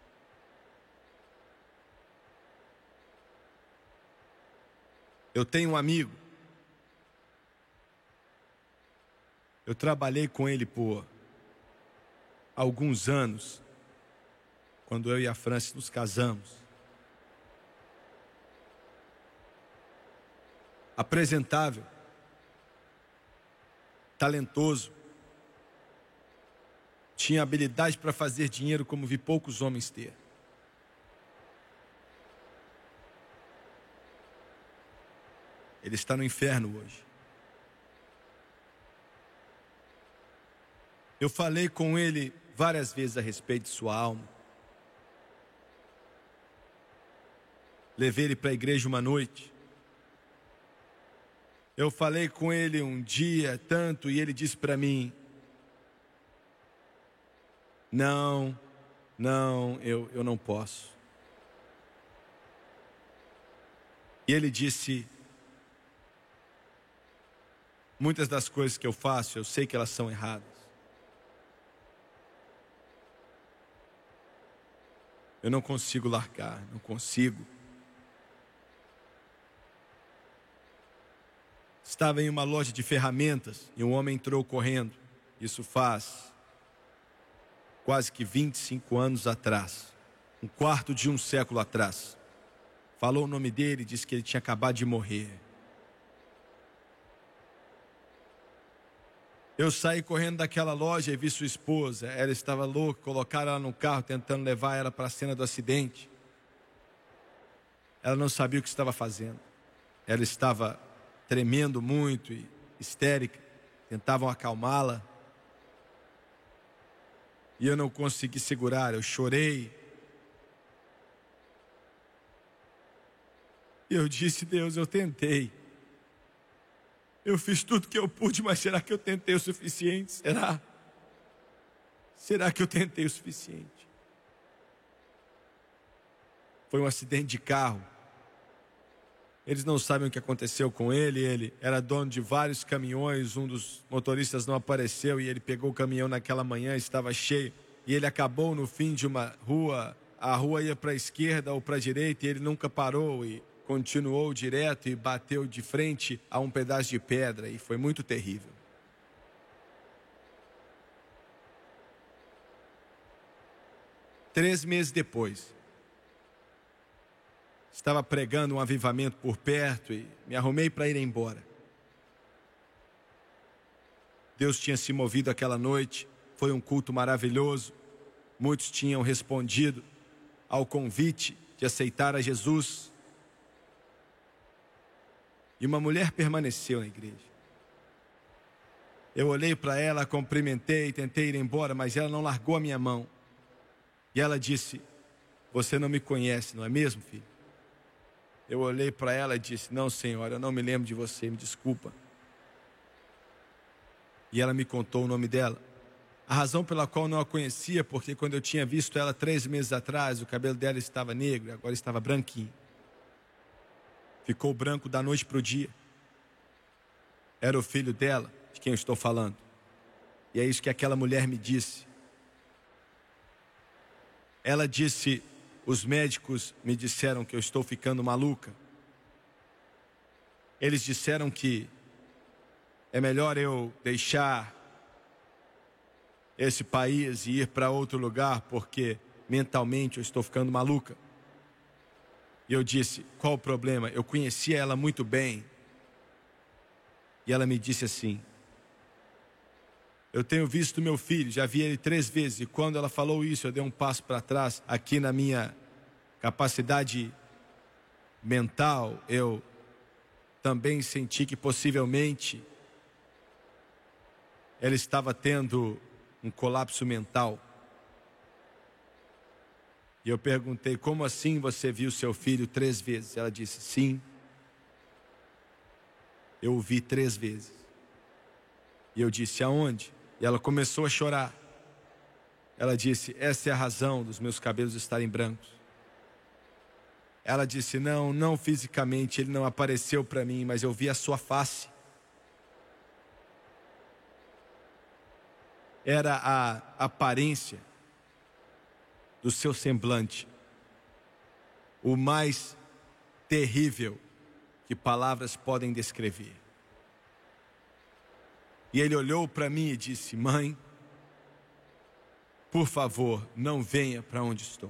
Eu tenho um amigo. Eu trabalhei com ele por alguns anos, quando eu e a Francis nos casamos. Apresentável, talentoso, tinha habilidade para fazer dinheiro como vi poucos homens ter. Ele está no inferno hoje. Eu falei com ele várias vezes a respeito de sua alma. Levei ele para a igreja uma noite. Eu falei com ele um dia, tanto, e ele disse para mim: Não, eu não posso. E ele disse: muitas das coisas que eu faço, eu sei que elas são erradas. Eu não consigo largar, não consigo. Estava em uma loja de ferramentas e um homem entrou correndo. Isso faz quase que 25 anos atrás. Um quarto de um século atrás. Falou o nome dele e disse que ele tinha acabado de morrer. Eu saí correndo daquela loja e vi sua esposa. Ela estava louca, colocaram ela no carro tentando levar ela para a cena do acidente. Ela não sabia o que estava fazendo. Ela estava tremendo muito e histérica. Tentavam acalmá-la. E eu não consegui segurar, eu chorei. E eu disse: Deus, eu tentei. Eu fiz tudo que eu pude, mas será que eu tentei o suficiente? Será? Será que eu tentei o suficiente? Foi um acidente de carro. Eles não sabem o que aconteceu com ele. Ele era dono de vários caminhões. Um dos motoristas não apareceu e ele pegou o caminhão naquela manhã, estava cheio. E ele acabou no fim de uma rua. A rua ia para a esquerda ou para a direita e ele nunca parou e continuou direto e bateu de frente a um pedaço de pedra e foi muito terrível. Três meses depois, estava pregando um avivamento por perto e me arrumei para ir embora. Deus tinha se movido aquela noite, foi um culto maravilhoso. Muitos tinham respondido ao convite de aceitar a Jesus. E uma mulher permaneceu na igreja. Eu olhei para ela, cumprimentei, tentei ir embora, mas ela não largou a minha mão. E ela disse: você não me conhece, não é mesmo, filho? Eu olhei para ela e disse: não, senhora, eu não me lembro de você, me desculpa. E ela me contou o nome dela. A razão pela qual eu não a conhecia, porque quando eu tinha visto ela 3 meses atrás, o cabelo dela estava negro e agora estava branquinho. Ficou branco da noite para o dia. Era o filho dela, de quem eu estou falando. E é isso que aquela mulher me disse. Ela disse: os médicos me disseram que eu estou ficando maluca. Eles disseram que é melhor eu deixar esse país e ir para outro lugar, porque mentalmente eu estou ficando maluca. E eu disse: qual o problema? Eu conhecia ela muito bem. E ela me disse assim: Eu tenho visto meu filho, já vi ele 3 vezes, e quando ela falou isso, eu dei um passo para trás. Aqui na minha capacidade mental, eu também senti que possivelmente ela estava tendo um colapso mental. E eu perguntei: como assim você viu seu filho 3 vezes? Ela disse: sim, eu o vi 3 vezes. E eu disse: aonde? E ela começou a chorar. Ela disse: essa é a razão dos meus cabelos estarem brancos. Ela disse: não fisicamente, ele não apareceu para mim, mas eu vi a sua face. Era a aparência do seu semblante, o mais terrível que palavras podem descrever. E ele olhou para mim e disse: mãe, por favor, não venha para onde estou.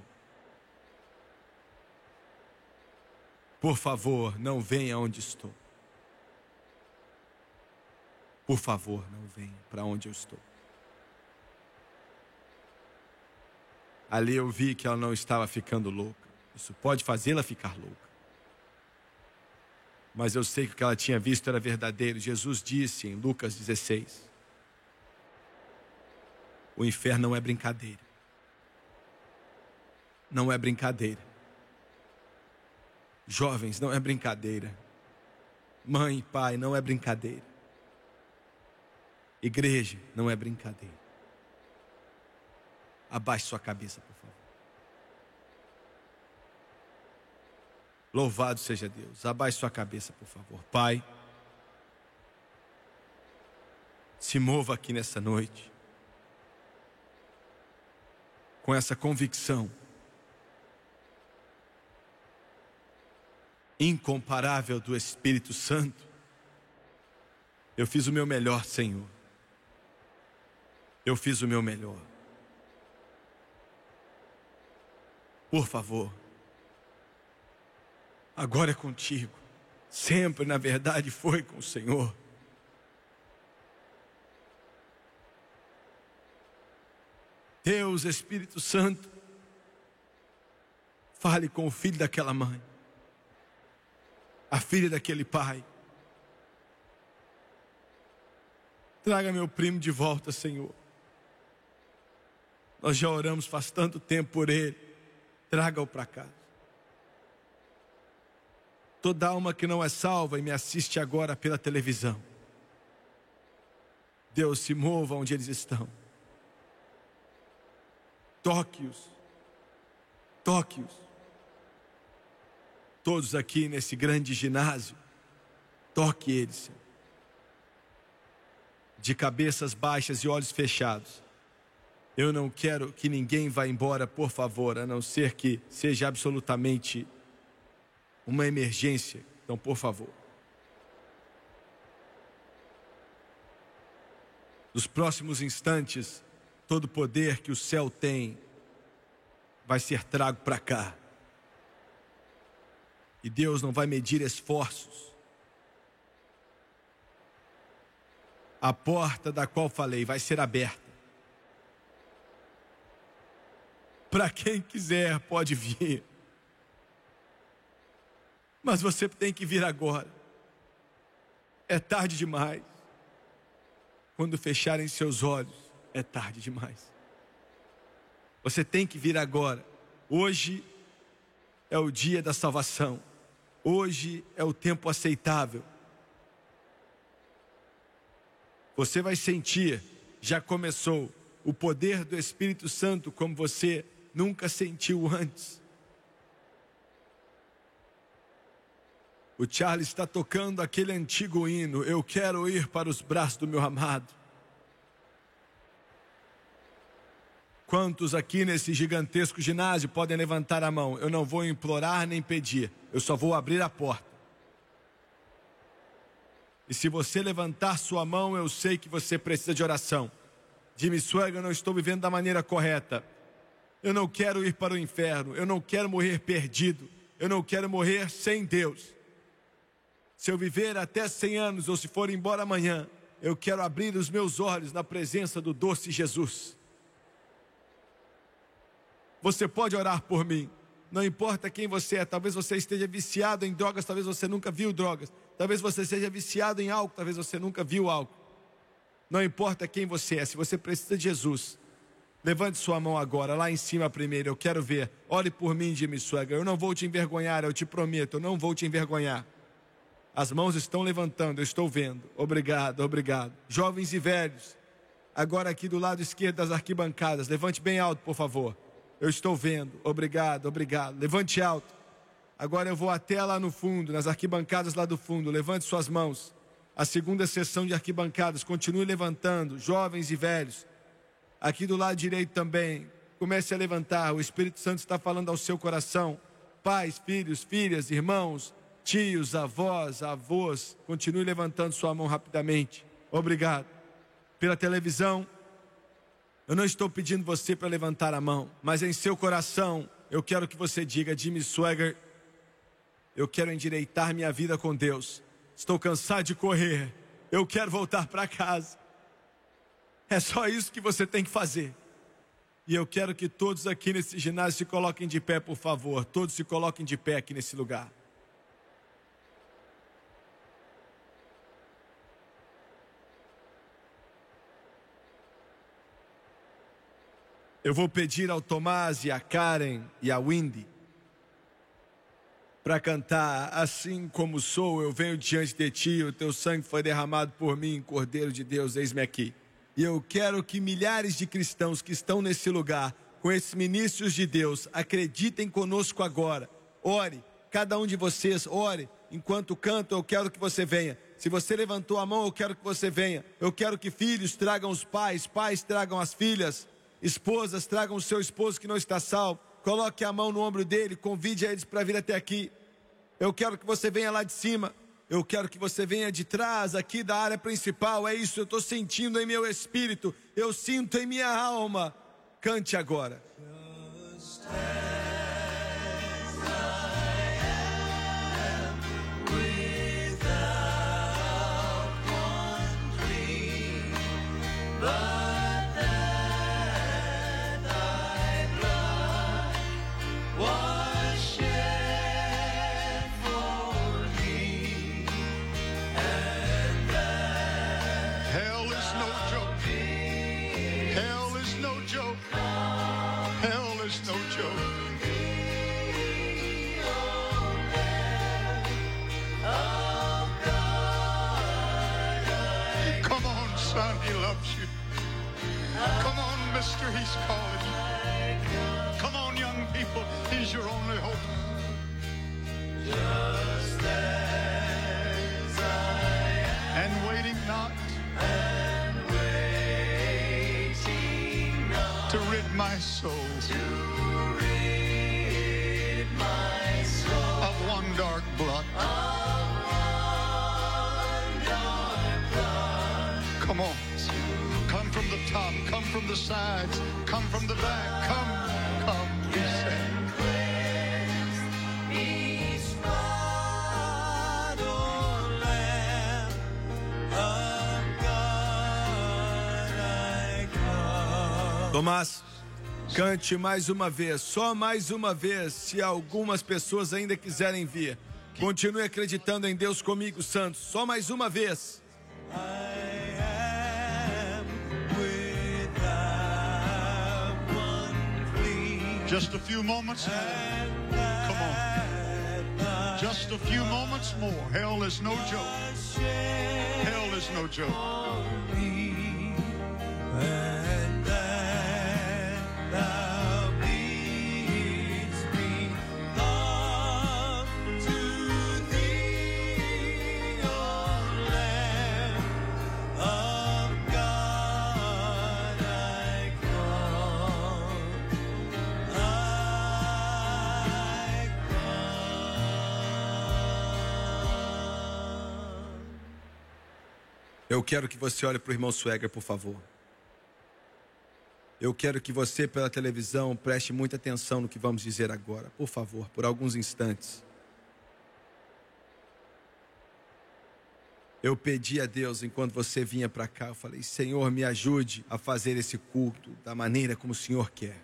Por favor, não venha onde estou. Por favor, não venha para onde eu estou. Ali eu vi que ela não estava ficando louca. Isso pode fazê-la ficar louca. Mas eu sei que o que ela tinha visto era verdadeiro. Jesus disse em Lucas 16: o inferno não é brincadeira. Não é brincadeira. Jovens, não é brincadeira. Mãe e pai, não é brincadeira. Igreja, não é brincadeira. Abaixe sua cabeça, por favor. Louvado seja Deus. Abaixe sua cabeça, por favor. Pai, se mova aqui nessa noite com essa convicção incomparável do Espírito Santo. Eu fiz o meu melhor, Senhor. Eu fiz o meu melhor. Por favor, agora é contigo. Sempre, na verdade, foi com o Senhor. Deus, Espírito Santo, fale com o filho daquela mãe, a filha daquele pai. Traga meu primo de volta, Senhor. Nós já oramos faz tanto tempo por ele. Traga-o para casa. Toda alma que não é salva e me assiste agora pela televisão, Deus, se mova onde eles estão. Toque-os. Toque-os. Todos aqui nesse grande ginásio, toque eles, Senhor. De cabeças baixas e olhos fechados. Eu não quero que ninguém vá embora, por favor, a não ser que seja absolutamente uma emergência. Então, por favor. Nos próximos instantes, todo o poder que o céu tem vai ser trago para cá. E Deus não vai medir esforços. A porta da qual falei vai ser aberta. Para quem quiser pode vir. Mas você tem que vir agora. É tarde demais. Quando fecharem seus olhos, é tarde demais. Você tem que vir agora. Hoje é o dia da salvação. Hoje é o tempo aceitável. Você vai sentir, já começou, o poder do Espírito Santo como você nunca sentiu antes. O Charles está tocando aquele antigo hino: eu quero ir para os braços do meu amado. Quantos aqui nesse gigantesco ginásio podem levantar a mão? Eu não vou implorar nem pedir, eu só vou abrir a porta. E se você levantar sua mão, eu sei que você precisa de oração. Jimmy Swaggart, eu não estou vivendo da maneira correta. Eu não quero ir para o inferno. Eu não quero morrer perdido. Eu não quero morrer sem Deus. Se eu viver até 100 anos ou se for embora amanhã, eu quero abrir os meus olhos na presença do doce Jesus. Você pode orar por mim. Não importa quem você é, talvez você esteja viciado em drogas, talvez você nunca viu drogas. Talvez você seja viciado em álcool, talvez você nunca viu álcool. Não importa quem você é, se você precisa de Jesus, levante sua mão agora, lá em cima primeiro, eu quero ver. Ore por mim, Jimmy Swaggart, eu não vou te envergonhar, eu te prometo, eu não vou te envergonhar. As mãos estão levantando, eu estou vendo. Obrigado, obrigado. Jovens e velhos, agora aqui do lado esquerdo das arquibancadas, levante bem alto, por favor. Eu estou vendo, obrigado, obrigado. Levante alto. Agora eu vou até lá no fundo, nas arquibancadas lá do fundo. Levante suas mãos. A segunda sessão de arquibancadas, continue levantando, jovens e velhos. Aqui do lado direito também, comece a levantar. O Espírito Santo está falando ao seu coração. Pais, filhos, filhas, irmãos, tios, avós, avós. Continue levantando sua mão rapidamente. Obrigado. Pela televisão, eu não estou pedindo você para levantar a mão, mas em seu coração, eu quero que você diga: Jimmy Swaggart, eu quero endireitar minha vida com Deus. Estou cansado de correr. Eu quero voltar para casa. É só isso que você tem que fazer. E eu quero que todos aqui nesse ginásio se coloquem de pé, por favor. Todos se coloquem de pé aqui nesse lugar. Eu vou pedir ao Tomás e a Karen e a Wendy para cantar Assim Como Sou, eu venho diante de ti, o teu sangue foi derramado por mim, Cordeiro de Deus, eis-me aqui. E eu quero que milhares de cristãos que estão nesse lugar, com esses ministros de Deus, acreditem conosco agora. Ore, cada um de vocês, ore. Enquanto canto, eu quero que você venha. Se você levantou a mão, eu quero que você venha. Eu quero que filhos tragam os pais, pais tragam as filhas. Esposas, tragam o seu esposo que não está salvo. Coloque a mão no ombro dele, convide a eles para vir até aqui. Eu quero que você venha lá de cima. Eu quero que você venha de trás, aqui da área principal. É isso, eu estou sentindo em meu espírito. Eu sinto em minha alma. Cante agora. Mister, he's calling you. Come on, young people, he's your only hope. Just as I am. And waiting not. And waiting not. To rid my soul. To rid my soul. Of one dark blot. Of one dark blot. Come on. Come from the top, come from the sides, come from the back, come, he said. Tomás, cante mais uma vez, só mais uma vez, se algumas pessoas ainda quiserem vir. Continue acreditando em Deus comigo, santos, só mais uma vez. Just a few moments more. Come on. Just a few moments more. Hell is no joke. Hell is no joke. Eu quero que você olhe para o irmão Swaggart, por favor. Eu quero que você, pela televisão, preste muita atenção no que vamos dizer agora. Por favor, por alguns instantes. Eu pedi a Deus, enquanto você vinha para cá, eu falei: Senhor, me ajude a fazer esse culto da maneira como o Senhor quer.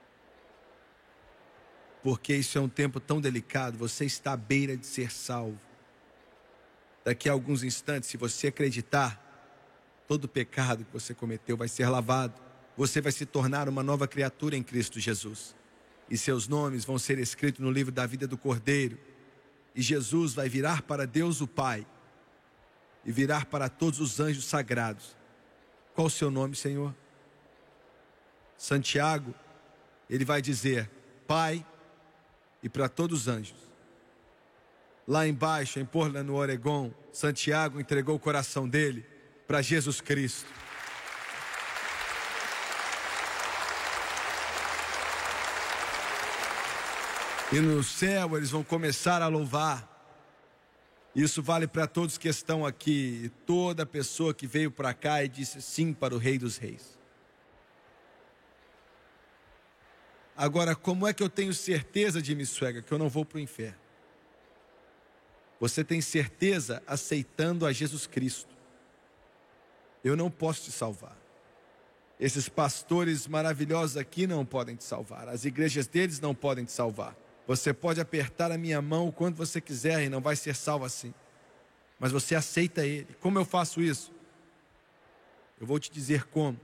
Porque isso é um tempo tão delicado, você está à beira de ser salvo. Daqui a alguns instantes, se você acreditar, todo pecado que você cometeu vai ser lavado. Você vai se tornar uma nova criatura em Cristo Jesus. E seus nomes vão ser escritos no livro da vida do Cordeiro. E Jesus vai virar para Deus o Pai e virar para todos os anjos sagrados. Qual o seu nome, Senhor? Santiago, ele vai dizer: Pai, e para todos os anjos. Lá embaixo, em Portland, no Oregon, Santiago entregou o coração dele para Jesus Cristo. E no céu eles vão começar a louvar. Isso vale para todos que estão aqui. Toda pessoa que veio para cá e disse sim para o Rei dos Reis. Agora, como é que eu tenho certeza de Missuega que eu não vou para o inferno? Você tem certeza aceitando a Jesus Cristo. Eu não posso te salvar. Esses pastores maravilhosos aqui não podem te salvar. As igrejas deles não podem te salvar. Você pode apertar a minha mão o quanto você quiser e não vai ser salvo assim. Mas você aceita Ele. Como eu faço isso? Eu vou te dizer como.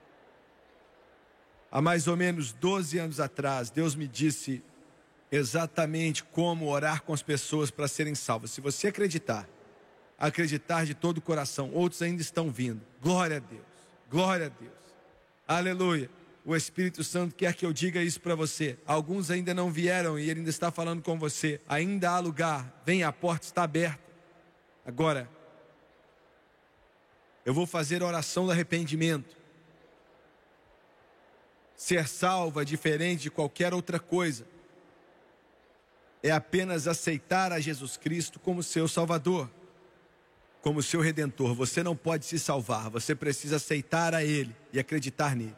Há mais ou menos 12 anos atrás, Deus me disse exatamente como orar com as pessoas para serem salvas. Se você acreditar de todo o coração, outros ainda estão vindo. Glória a Deus, glória a Deus, aleluia. O Espírito Santo quer que eu diga isso para você. Alguns ainda não vieram e Ele ainda está falando com você. Ainda há lugar, venha, a porta está aberta. Agora, eu vou fazer a oração do arrependimento. Ser salvo é diferente de qualquer outra coisa. É apenas aceitar a Jesus Cristo como seu Salvador, como seu Redentor. Você não pode se salvar, você precisa aceitar a Ele e acreditar nele.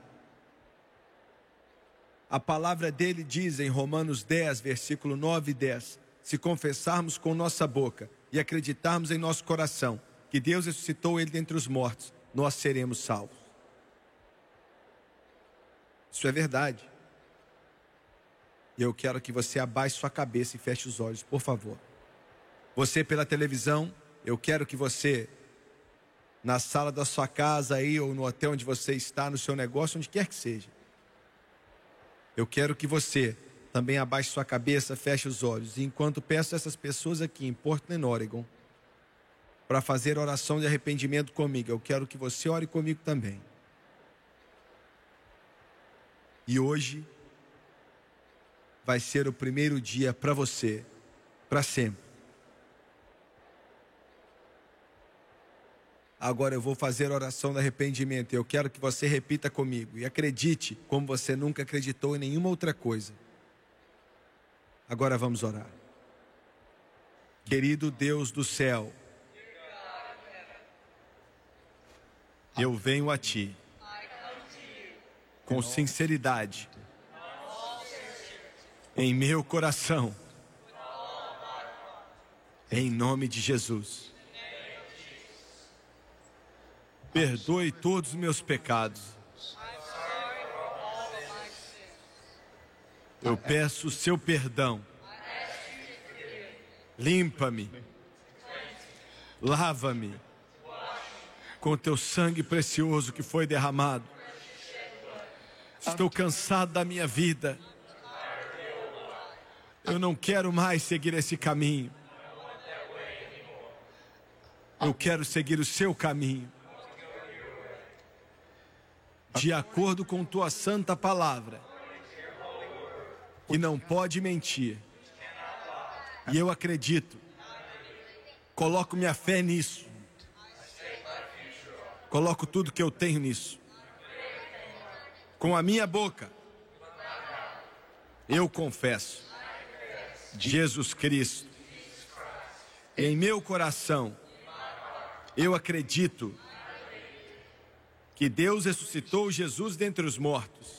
A palavra dele diz em Romanos 10, versículo 9 e 10: se confessarmos com nossa boca e acreditarmos em nosso coração que Deus ressuscitou ele dentre os mortos, nós seremos salvos. Isso é verdade. E eu quero que você abaixe sua cabeça e feche os olhos, por favor. Você pela televisão, eu quero que você, na sala da sua casa aí, ou no hotel onde você está, no seu negócio, onde quer que seja, eu quero que você também abaixe sua cabeça, feche os olhos. E enquanto peço a essas pessoas aqui em Portland, Oregon, para fazer oração de arrependimento comigo, eu quero que você ore comigo também. E hoje vai ser o primeiro dia para você, para sempre. Agora eu vou fazer a oração de arrependimento. Eu quero que você repita comigo. E acredite como você nunca acreditou em nenhuma outra coisa. Agora vamos orar. Querido Deus do céu, eu venho a Ti com sinceridade em meu coração, em nome de Jesus. Perdoe todos os meus pecados. Eu peço o seu perdão. Limpa-me. Lava-me com teu sangue precioso que foi derramado. Estou cansado da minha vida. Eu não quero mais seguir esse caminho. Eu quero seguir o seu caminho, de acordo com tua santa palavra, que não pode mentir. E eu acredito. Coloco minha fé nisso. Coloco tudo que eu tenho nisso. Com a minha boca, eu confesso Jesus Cristo. Em meu coração, eu acredito que Deus ressuscitou Jesus dentre os mortos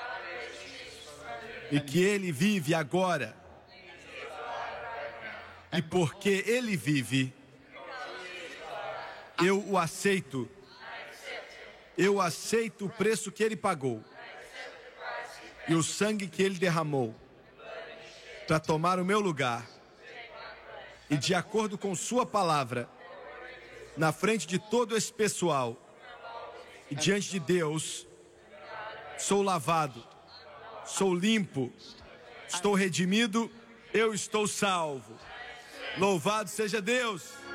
e que Ele vive agora. E porque Ele vive, Eu o aceito. Eu aceito o preço que ele pagou e o sangue que ele derramou para tomar o meu lugar. E de acordo com sua palavra, na frente de todo esse pessoal e diante de Deus, sou lavado, sou limpo, estou redimido, eu estou salvo. Louvado seja Deus!